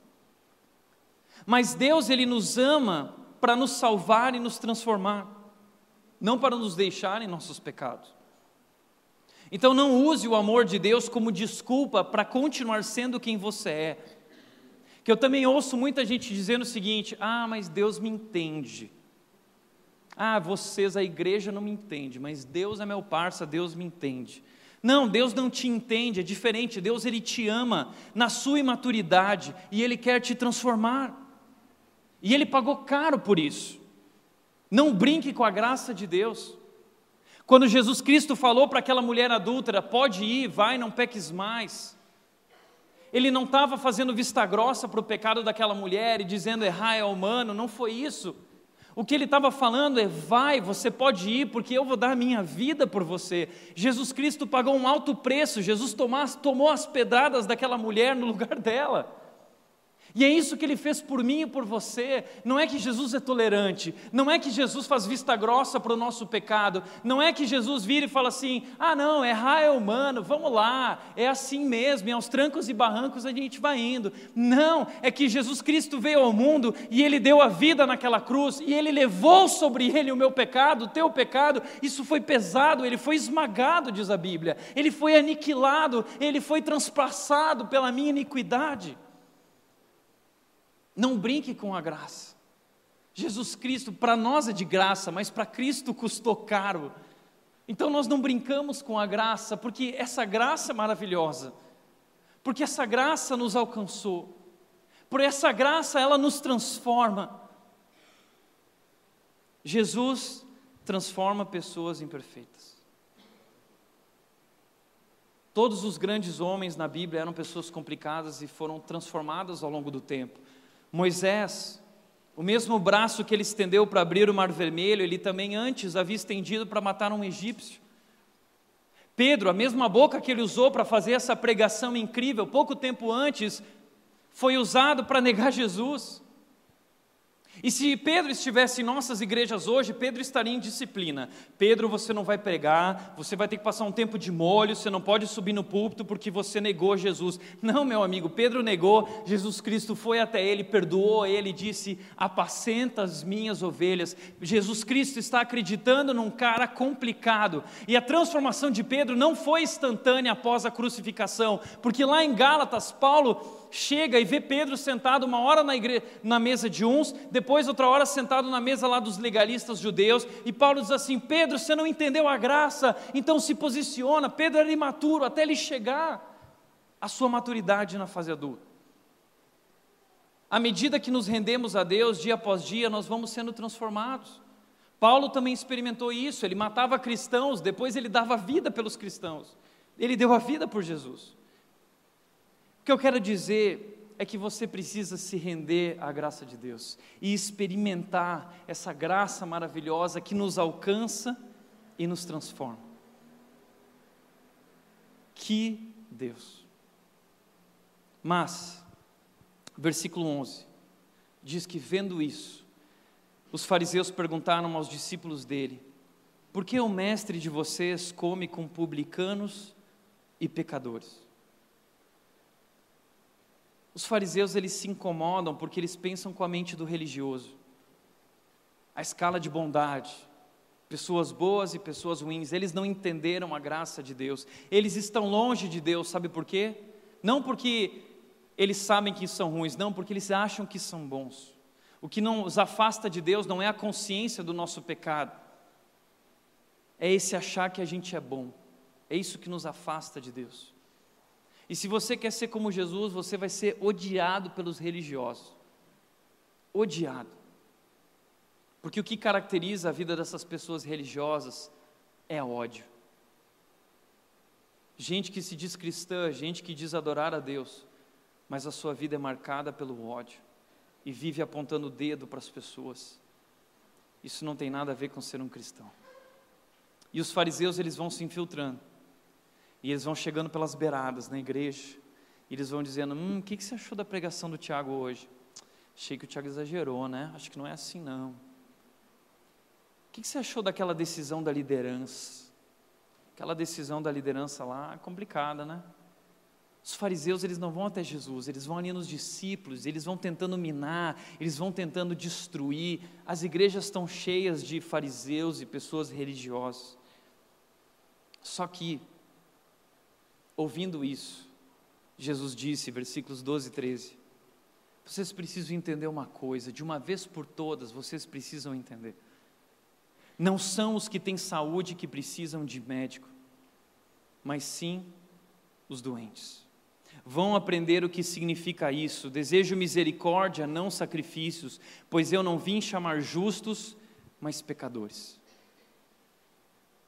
Mas Deus, Ele nos ama para nos salvar e nos transformar, não para nos deixar em nossos pecados. Então não use o amor de Deus como desculpa para continuar sendo quem você é. Que eu também ouço muita gente dizendo o seguinte: mas Deus me entende. Vocês, a igreja não me entende, mas Deus é meu parça, Deus me entende. Não, Deus não te entende, é diferente. Deus, Ele te ama na sua imaturidade e Ele quer te transformar. E Ele pagou caro por isso. Não brinque com a graça de Deus. Quando Jesus Cristo falou para aquela mulher adúltera, pode ir, vai, não peques mais. Ele não estava fazendo vista grossa para o pecado daquela mulher e dizendo errar é humano, não foi isso. O que ele estava falando é, vai, você pode ir, porque eu vou dar a minha vida por você. Jesus Cristo pagou um alto preço, Jesus tomou as pedradas daquela mulher no lugar dela. E é isso que Ele fez por mim e por você. Não é que Jesus é tolerante, não é que Jesus faz vista grossa para o nosso pecado, não é que Jesus vira e fala assim, não, errar é humano, vamos lá, é assim mesmo, e aos trancos e barrancos a gente vai indo. Não, é que Jesus Cristo veio ao mundo e Ele deu a vida naquela cruz, e Ele levou sobre Ele o meu pecado, o teu pecado. Isso foi pesado, Ele foi esmagado, diz a Bíblia, Ele foi aniquilado, Ele foi transpassado pela minha iniquidade. Não brinque com a graça. Jesus Cristo, para nós é de graça, mas para Cristo custou caro. Então nós não brincamos com a graça, porque essa graça é maravilhosa, porque essa graça nos alcançou, por essa graça ela nos transforma. Jesus transforma pessoas imperfeitas. Todos os grandes homens na Bíblia eram pessoas complicadas e foram transformadas ao longo do tempo. Moisés, o mesmo braço que ele estendeu para abrir o Mar Vermelho, ele também antes havia estendido para matar um egípcio. Pedro, a mesma boca que ele usou para fazer essa pregação incrível, pouco tempo antes, foi usado para negar Jesus. E se Pedro estivesse em nossas igrejas hoje, Pedro estaria em disciplina. Pedro, você não vai pregar, você vai ter que passar um tempo de molho, você não pode subir no púlpito porque você negou Jesus. Não, meu amigo, Pedro negou, Jesus Cristo foi até ele, perdoou ele, disse, apacenta as minhas ovelhas. Jesus Cristo está acreditando num cara complicado. E a transformação de Pedro não foi instantânea após a crucificação, porque lá em Gálatas, Paulo chega e vê Pedro sentado uma hora na mesa de uns, depois outra hora sentado na mesa lá dos legalistas judeus, e Paulo diz assim, Pedro, você não entendeu a graça, então se posiciona. Pedro era imaturo até ele chegar à sua maturidade na fase adulta. À medida que nos rendemos a Deus, dia após dia, nós vamos sendo transformados. Paulo também experimentou isso, ele matava cristãos, depois ele dava vida pelos cristãos, ele deu a vida por Jesus. O que eu quero dizer é que você precisa se render à graça de Deus e experimentar essa graça maravilhosa que nos alcança e nos transforma. Que Deus! Mas, versículo 11, diz que vendo isso, os fariseus perguntaram aos discípulos dele, por que o mestre de vocês come com publicanos e pecadores? Os fariseus, eles se incomodam porque eles pensam com a mente do religioso. A escala de bondade, pessoas boas e pessoas ruins, eles não entenderam a graça de Deus. Eles estão longe de Deus, sabe por quê? Não porque eles sabem que são ruins, não, porque eles acham que são bons. O que nos afasta de Deus não é a consciência do nosso pecado, é esse achar que a gente é bom. É isso que nos afasta de Deus. E se você quer ser como Jesus, você vai ser odiado pelos religiosos. Odiado. Porque o que caracteriza a vida dessas pessoas religiosas é ódio. Gente que se diz cristã, gente que diz adorar a Deus, mas a sua vida é marcada pelo ódio e vive apontando o dedo para as pessoas. Isso não tem nada a ver com ser um cristão. E os fariseus, eles vão se infiltrando. E eles vão chegando pelas beiradas na igreja, e eles vão dizendo, o que você achou da pregação do Tiago hoje? Achei que o Tiago exagerou, né? Acho que não é assim não. O que você achou daquela decisão da liderança? Aquela decisão da liderança lá é complicada, né? Os fariseus, eles não vão até Jesus, eles vão ali nos discípulos, eles vão tentando minar, eles vão tentando destruir. As igrejas estão cheias de fariseus e pessoas religiosas. Só que, ouvindo isso, Jesus disse, versículos 12 e 13, vocês precisam entender uma coisa, de uma vez por todas, vocês precisam entender. Não são os que têm saúde que precisam de médico, mas sim os doentes. Vão aprender o que significa isso. Desejo misericórdia, não sacrifícios, pois eu não vim chamar justos, mas pecadores.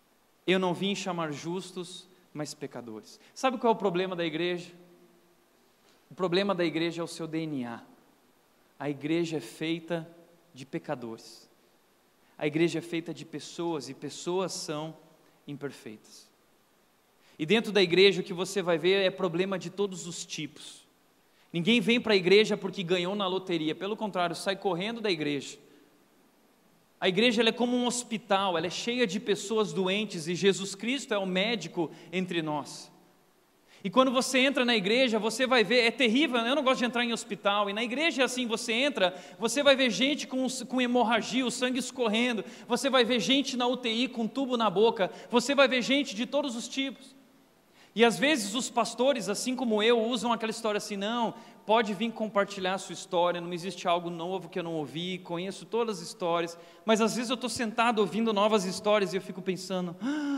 Eu não vim chamar justos, mas pecadores. Sabe qual é o problema da igreja? O problema da igreja é o seu DNA. A igreja é feita de pecadores. A igreja é feita de pessoas, e pessoas são imperfeitas. E dentro da igreja o que você vai ver é problema de todos os tipos. Ninguém vem para a igreja porque ganhou na loteria, pelo contrário, sai correndo da igreja. A igreja ela é como um hospital, ela é cheia de pessoas doentes, e Jesus Cristo é o médico entre nós. E quando você entra na igreja, você vai ver, é terrível, eu não gosto de entrar em hospital, e na igreja é assim, você entra, você vai ver gente com hemorragia, o sangue escorrendo, você vai ver gente na UTI com tubo na boca, você vai ver gente de todos os tipos. E às vezes os pastores, assim como eu, usam aquela história assim, não, pode vir compartilhar a sua história, não existe algo novo que eu não ouvi, conheço todas as histórias, mas às vezes eu estou sentado ouvindo novas histórias e eu fico pensando,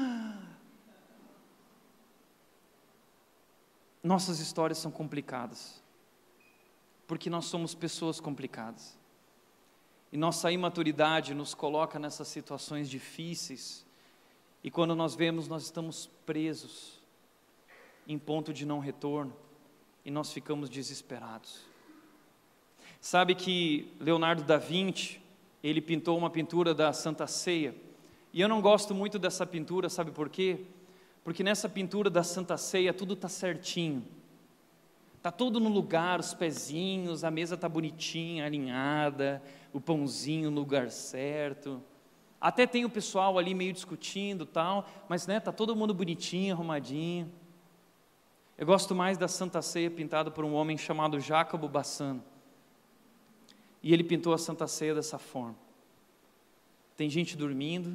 nossas histórias são complicadas, porque nós somos pessoas complicadas, e nossa imaturidade nos coloca nessas situações difíceis, e quando nós vemos, nós estamos presos, em ponto de não retorno, e nós ficamos desesperados. Sabe que Leonardo da Vinci, ele pintou uma pintura da Santa Ceia, e eu não gosto muito dessa pintura, sabe por quê? Porque nessa pintura da Santa Ceia tudo está certinho, está tudo no lugar, os pezinhos, a mesa está bonitinha, alinhada, o pãozinho no lugar certo, até tem o pessoal ali meio discutindo tal, mas está todo mundo bonitinho, arrumadinho. Eu gosto mais da Santa Ceia pintada por um homem chamado Jacobo Bassano. E ele pintou a Santa Ceia dessa forma. Tem gente dormindo,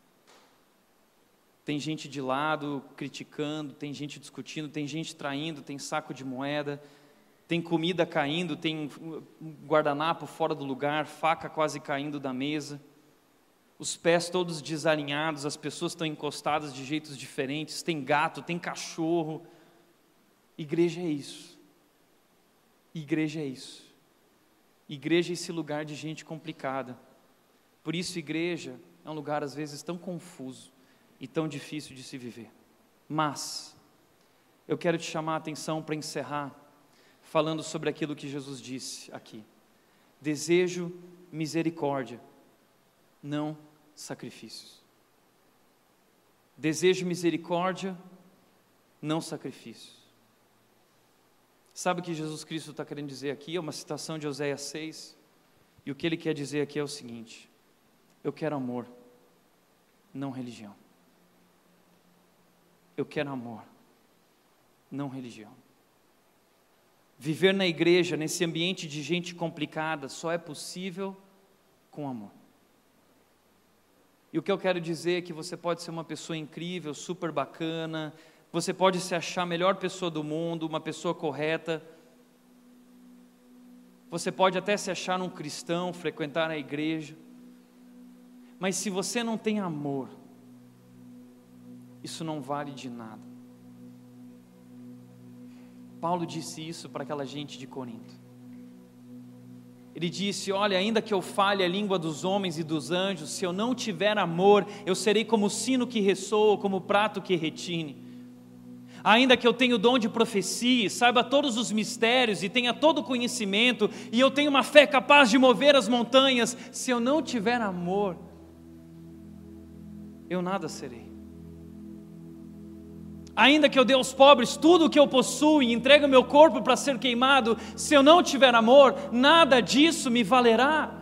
tem gente de lado criticando, tem gente discutindo, tem gente traindo, tem saco de moeda, tem comida caindo, tem guardanapo fora do lugar, faca quase caindo da mesa, os pés todos desalinhados, as pessoas estão encostadas de jeitos diferentes, tem gato, tem cachorro. Igreja é isso. Igreja é isso. Igreja é esse lugar de gente complicada. Por isso, igreja é um lugar às vezes tão confuso e tão difícil de se viver. Mas eu quero te chamar a atenção para encerrar falando sobre aquilo que Jesus disse aqui. Desejo misericórdia, não sacrifícios. Desejo misericórdia, não sacrifícios. Sabe o que Jesus Cristo está querendo dizer aqui? É uma citação de Oséias 6, e o que ele quer dizer aqui é o seguinte: eu quero amor, não religião. Eu quero amor, não religião. Viver na igreja, nesse ambiente de gente complicada, só é possível com amor. E o que eu quero dizer é que você pode ser uma pessoa incrível, super bacana, você pode se achar a melhor pessoa do mundo, uma pessoa correta. Você pode até se achar um cristão, frequentar a igreja. Mas se você não tem amor, isso não vale de nada. Paulo disse isso para aquela gente de Corinto. Ele disse, olha, ainda que eu fale a língua dos homens e dos anjos, se eu não tiver amor, eu serei como o sino que ressoa, como o prato que retine. Ainda que eu tenha o dom de profecia, saiba todos os mistérios e tenha todo o conhecimento, e eu tenha uma fé capaz de mover as montanhas, se eu não tiver amor, eu nada serei. Ainda que eu dê aos pobres tudo o que eu possuo e entregue o meu corpo para ser queimado, se eu não tiver amor, nada disso me valerá.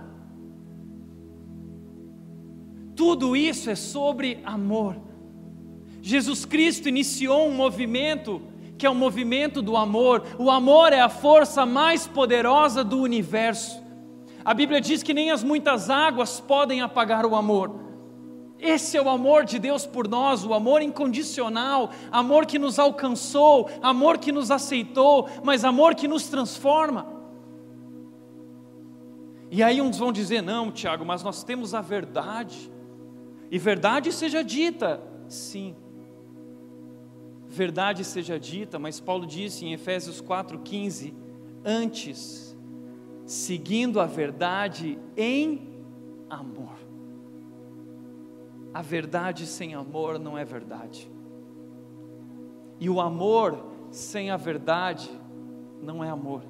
Tudo isso é sobre amor. Jesus Cristo iniciou um movimento que é o movimento do amor. O amor é a força mais poderosa do universo. A Bíblia diz que nem as muitas águas podem apagar o amor. Esse é o amor de Deus por nós, o amor incondicional, amor que nos alcançou, amor que nos aceitou, mas amor que nos transforma. E aí uns vão dizer, não, Tiago, mas nós temos a verdade, e verdade seja dita, sim, verdade seja dita, mas Paulo disse em Efésios 4,15, antes, seguindo a verdade em amor. A verdade sem amor não é verdade. E o amor sem a verdade não é amor.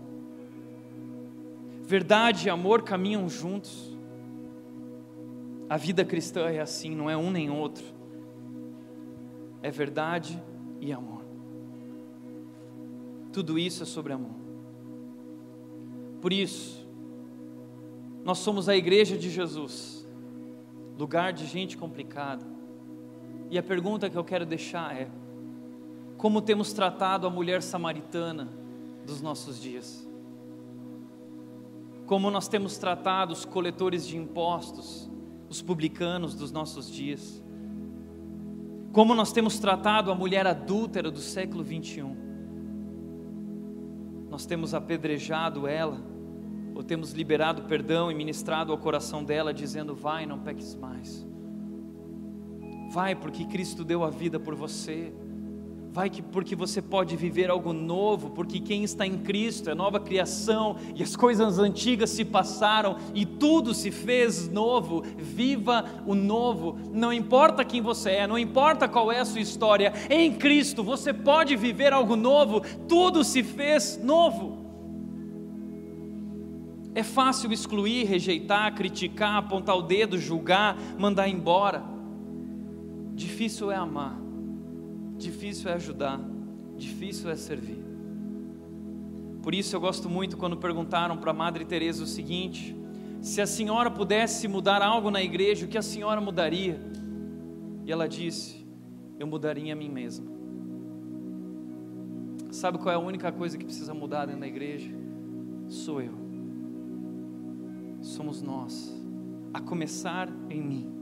Verdade e amor caminham juntos. A vida cristã é assim, não é um nem outro. É verdade e amor. Tudo isso é sobre amor. Por isso, nós somos a igreja de Jesus, lugar de gente complicada. E a pergunta que eu quero deixar é: como temos tratado a mulher samaritana dos nossos dias? Como nós temos tratado os coletores de impostos, os publicanos dos nossos dias? Como nós temos tratado a mulher adúltera do século 21? Nós temos apedrejado ela, ou temos liberado perdão e ministrado ao coração dela, dizendo: vai, não peques mais. Vai, porque Cristo deu a vida por você. Vai, porque você pode viver algo novo, porque quem está em Cristo é nova criação, e as coisas antigas se passaram, e tudo se fez novo. Viva o novo, não importa quem você é, não importa qual é a sua história, em Cristo você pode viver algo novo, tudo se fez novo. É fácil excluir, rejeitar, criticar, apontar o dedo, julgar, mandar embora. Difícil é amar. Difícil é ajudar, difícil é servir. Por isso eu gosto muito quando perguntaram para a Madre Teresa o seguinte: se a senhora pudesse mudar algo na igreja, o que a senhora mudaria? E ela disse: eu mudaria a mim mesma. Sabe qual é a única coisa que precisa mudar dentro da igreja? Sou eu. Somos nós, a começar em mim.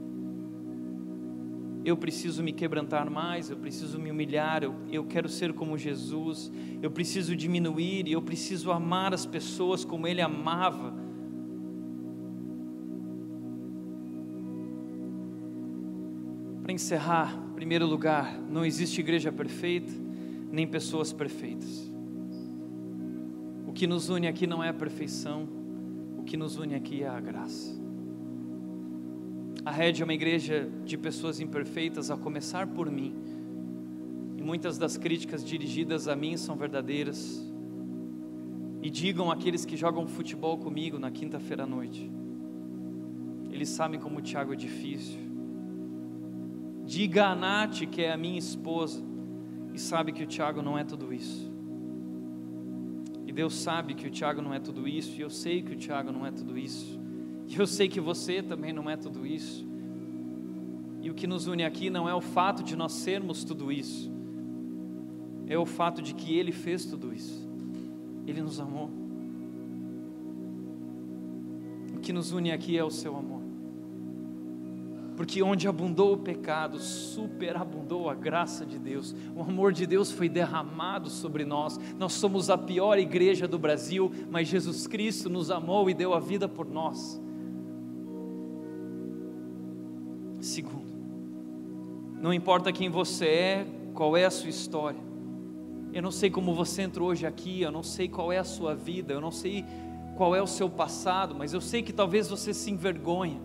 Eu preciso me quebrantar mais, eu preciso me humilhar, eu quero ser como Jesus, eu preciso diminuir e eu preciso amar as pessoas como Ele amava. Para encerrar, em primeiro lugar, não existe igreja perfeita, nem pessoas perfeitas. O que nos une aqui não é a perfeição, o que nos une aqui é a graça. A Rede é uma igreja de pessoas imperfeitas, a começar por mim. E muitas das críticas dirigidas a mim são verdadeiras. E digam aqueles que jogam futebol comigo na quinta-feira à noite. Eles sabem como o Tiago é difícil. Diga a Nath, que é a minha esposa, e sabe que o Tiago não é tudo isso. E Deus sabe que o Tiago não é tudo isso, e eu sei que o Tiago não é tudo isso. E eu sei que você também não é tudo isso. E o que nos une aqui não é o fato de nós sermos tudo isso, é o fato de que Ele fez tudo isso. Ele nos amou. O que nos une aqui é o seu amor. Porque onde abundou o pecado, superabundou a graça de Deus. O amor de Deus foi derramado sobre nós. Nós somos a pior igreja do Brasil, mas Jesus Cristo nos amou e deu a vida por nós. Segundo, não importa quem você é, qual é a sua história. Eu não sei como você entrou hoje aqui, eu não sei qual é a sua vida, eu não sei qual é o seu passado, mas eu sei que talvez você se envergonhe.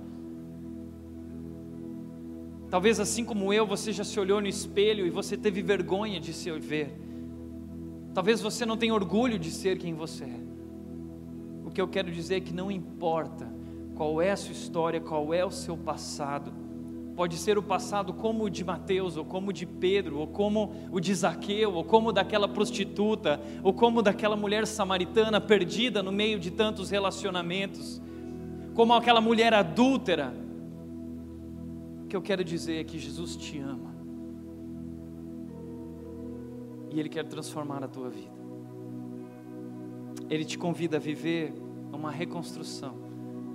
Talvez assim como eu, você já se olhou no espelho e você teve vergonha de se ver. Talvez você não tenha orgulho de ser quem você é. O que eu quero dizer é que não importa qual é a sua história, qual é o seu passado. Pode ser o passado como o de Mateus, ou como o de Pedro, ou como o de Zaqueu, ou como daquela prostituta, ou como daquela mulher samaritana perdida no meio de tantos relacionamentos, como aquela mulher adúltera. O que eu quero dizer é que Jesus te ama, e Ele quer transformar a tua vida. Ele te convida a viver uma reconstrução,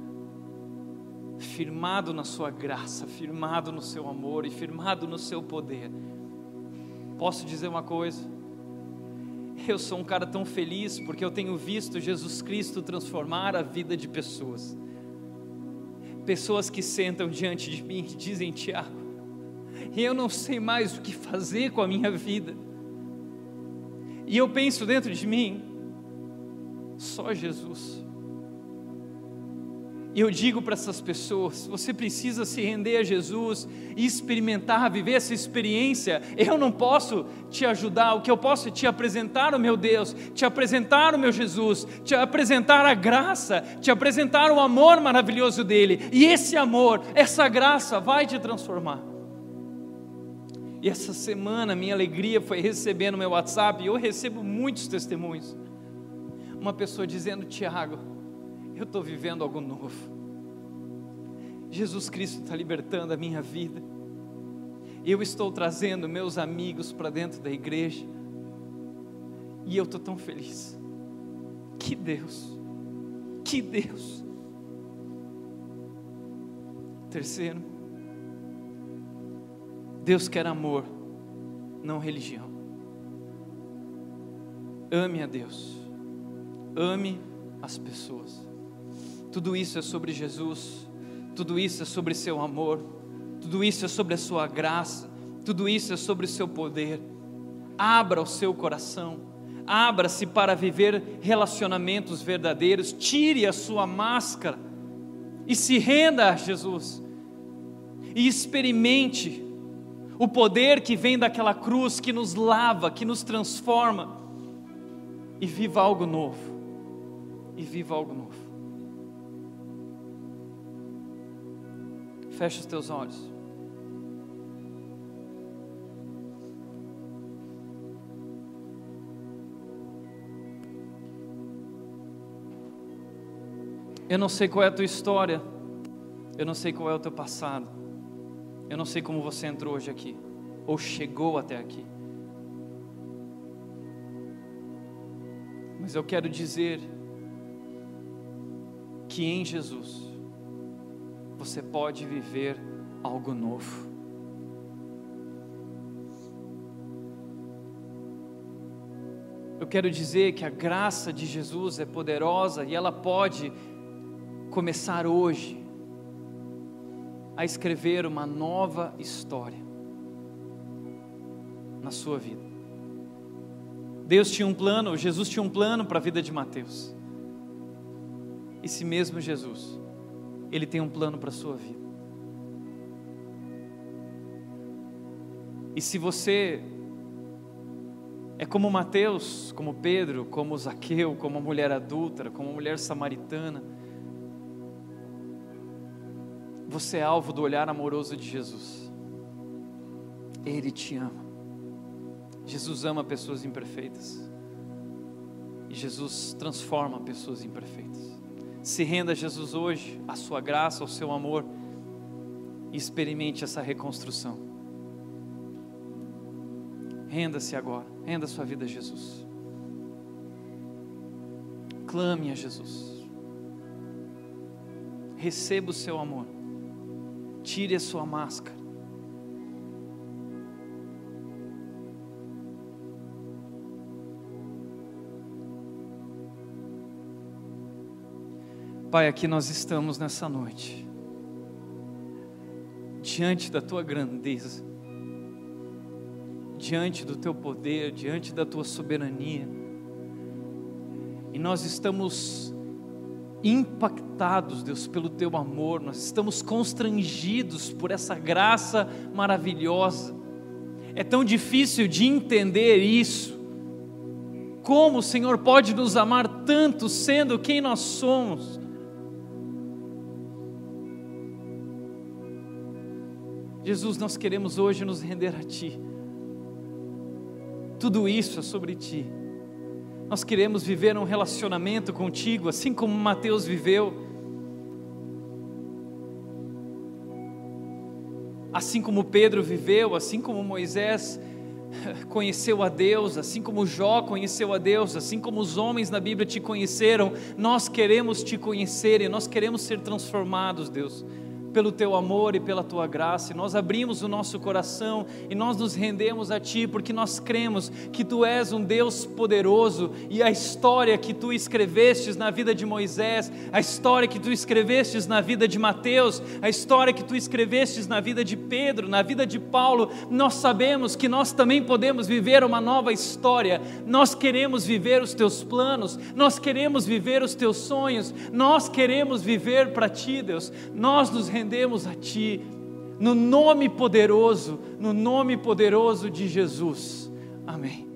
firmado na sua graça, firmado no seu amor e firmado no seu poder. Posso dizer uma coisa? Eu sou um cara tão feliz porque eu tenho visto Jesus Cristo transformar a vida de pessoas. Pessoas que sentam diante de mim e dizem: Tiago, eu não sei mais o que fazer com a minha vida. E eu penso dentro de mim: só Jesus. E eu digo para essas pessoas: você precisa se render a Jesus e experimentar, viver essa experiência. Eu não posso te ajudar, o que eu posso é te apresentar o meu Deus, te apresentar o meu Jesus, te apresentar a graça, te apresentar o amor maravilhoso dele, e esse amor, essa graça vai te transformar. E essa semana minha alegria foi receber no meu WhatsApp, e eu recebo muitos testemunhos, uma pessoa dizendo: Tiago, eu estou vivendo algo novo, Jesus Cristo está libertando a minha vida, eu estou trazendo meus amigos para dentro da igreja, e eu estou tão feliz. Que Deus, que Deus. Terceiro, Deus quer amor, não religião. Ame a Deus, ame as pessoas. Tudo isso é sobre Jesus, tudo isso é sobre seu amor, tudo isso é sobre a sua graça, tudo isso é sobre o seu poder. Abra o seu coração, abra-se para viver relacionamentos verdadeiros, tire a sua máscara e se renda a Jesus, e experimente o poder que vem daquela cruz, que nos lava, que nos transforma, e viva algo novo, e viva algo novo. Fecha os teus olhos. Eu não sei qual é a tua história, eu não sei qual é o teu passado, eu não sei como você entrou hoje aqui, ou chegou até aqui, mas eu quero dizer que em Jesus você pode viver algo novo. Eu quero dizer que a graça de Jesus é poderosa e ela pode começar hoje a escrever uma nova história na sua vida. Deus tinha um plano, Jesus tinha um plano para a vida de Mateus. Esse mesmo Jesus, Ele tem um plano para a sua vida. E se você é como Mateus, como Pedro, como Zaqueu, como a mulher adúltera, como a mulher samaritana, você é alvo do olhar amoroso de Jesus. Ele te ama. Jesus ama pessoas imperfeitas. E Jesus transforma pessoas imperfeitas. Se renda a Jesus hoje, a sua graça, ao seu amor, e experimente essa reconstrução. Renda-se agora, renda sua vida a Jesus. Clame a Jesus. Receba o seu amor. Tire a sua máscara. Pai, aqui nós estamos nessa noite, diante da Tua grandeza, diante do Teu poder, diante da Tua soberania, e nós estamos impactados, Deus, pelo Teu amor, nós estamos constrangidos por essa graça maravilhosa. É tão difícil de entender isso. Como o Senhor pode nos amar tanto, sendo quem nós somos? Jesus, nós queremos hoje nos render a Ti. Tudo isso é sobre Ti. Nós queremos viver um relacionamento contigo, assim como Mateus viveu, assim como Pedro viveu, assim como Moisés conheceu a Deus, assim como Jó conheceu a Deus, assim como os homens na Bíblia Te conheceram. Nós queremos Te conhecer e nós queremos ser transformados, Deus, pelo Teu amor e pela Tua graça. E nós abrimos o nosso coração e nós nos rendemos a Ti, porque nós cremos que Tu és um Deus poderoso, e a história que Tu escrevestes na vida de Moisés, a história que Tu escrevestes na vida de Mateus, a história que Tu escrevestes na vida de Pedro, na vida de Paulo, nós sabemos que nós também podemos viver uma nova história. Nós queremos viver os Teus planos, nós queremos viver os Teus sonhos, nós queremos viver para Ti, Deus. Nós nos rendemos a Ti, no nome poderoso de Jesus. Amém.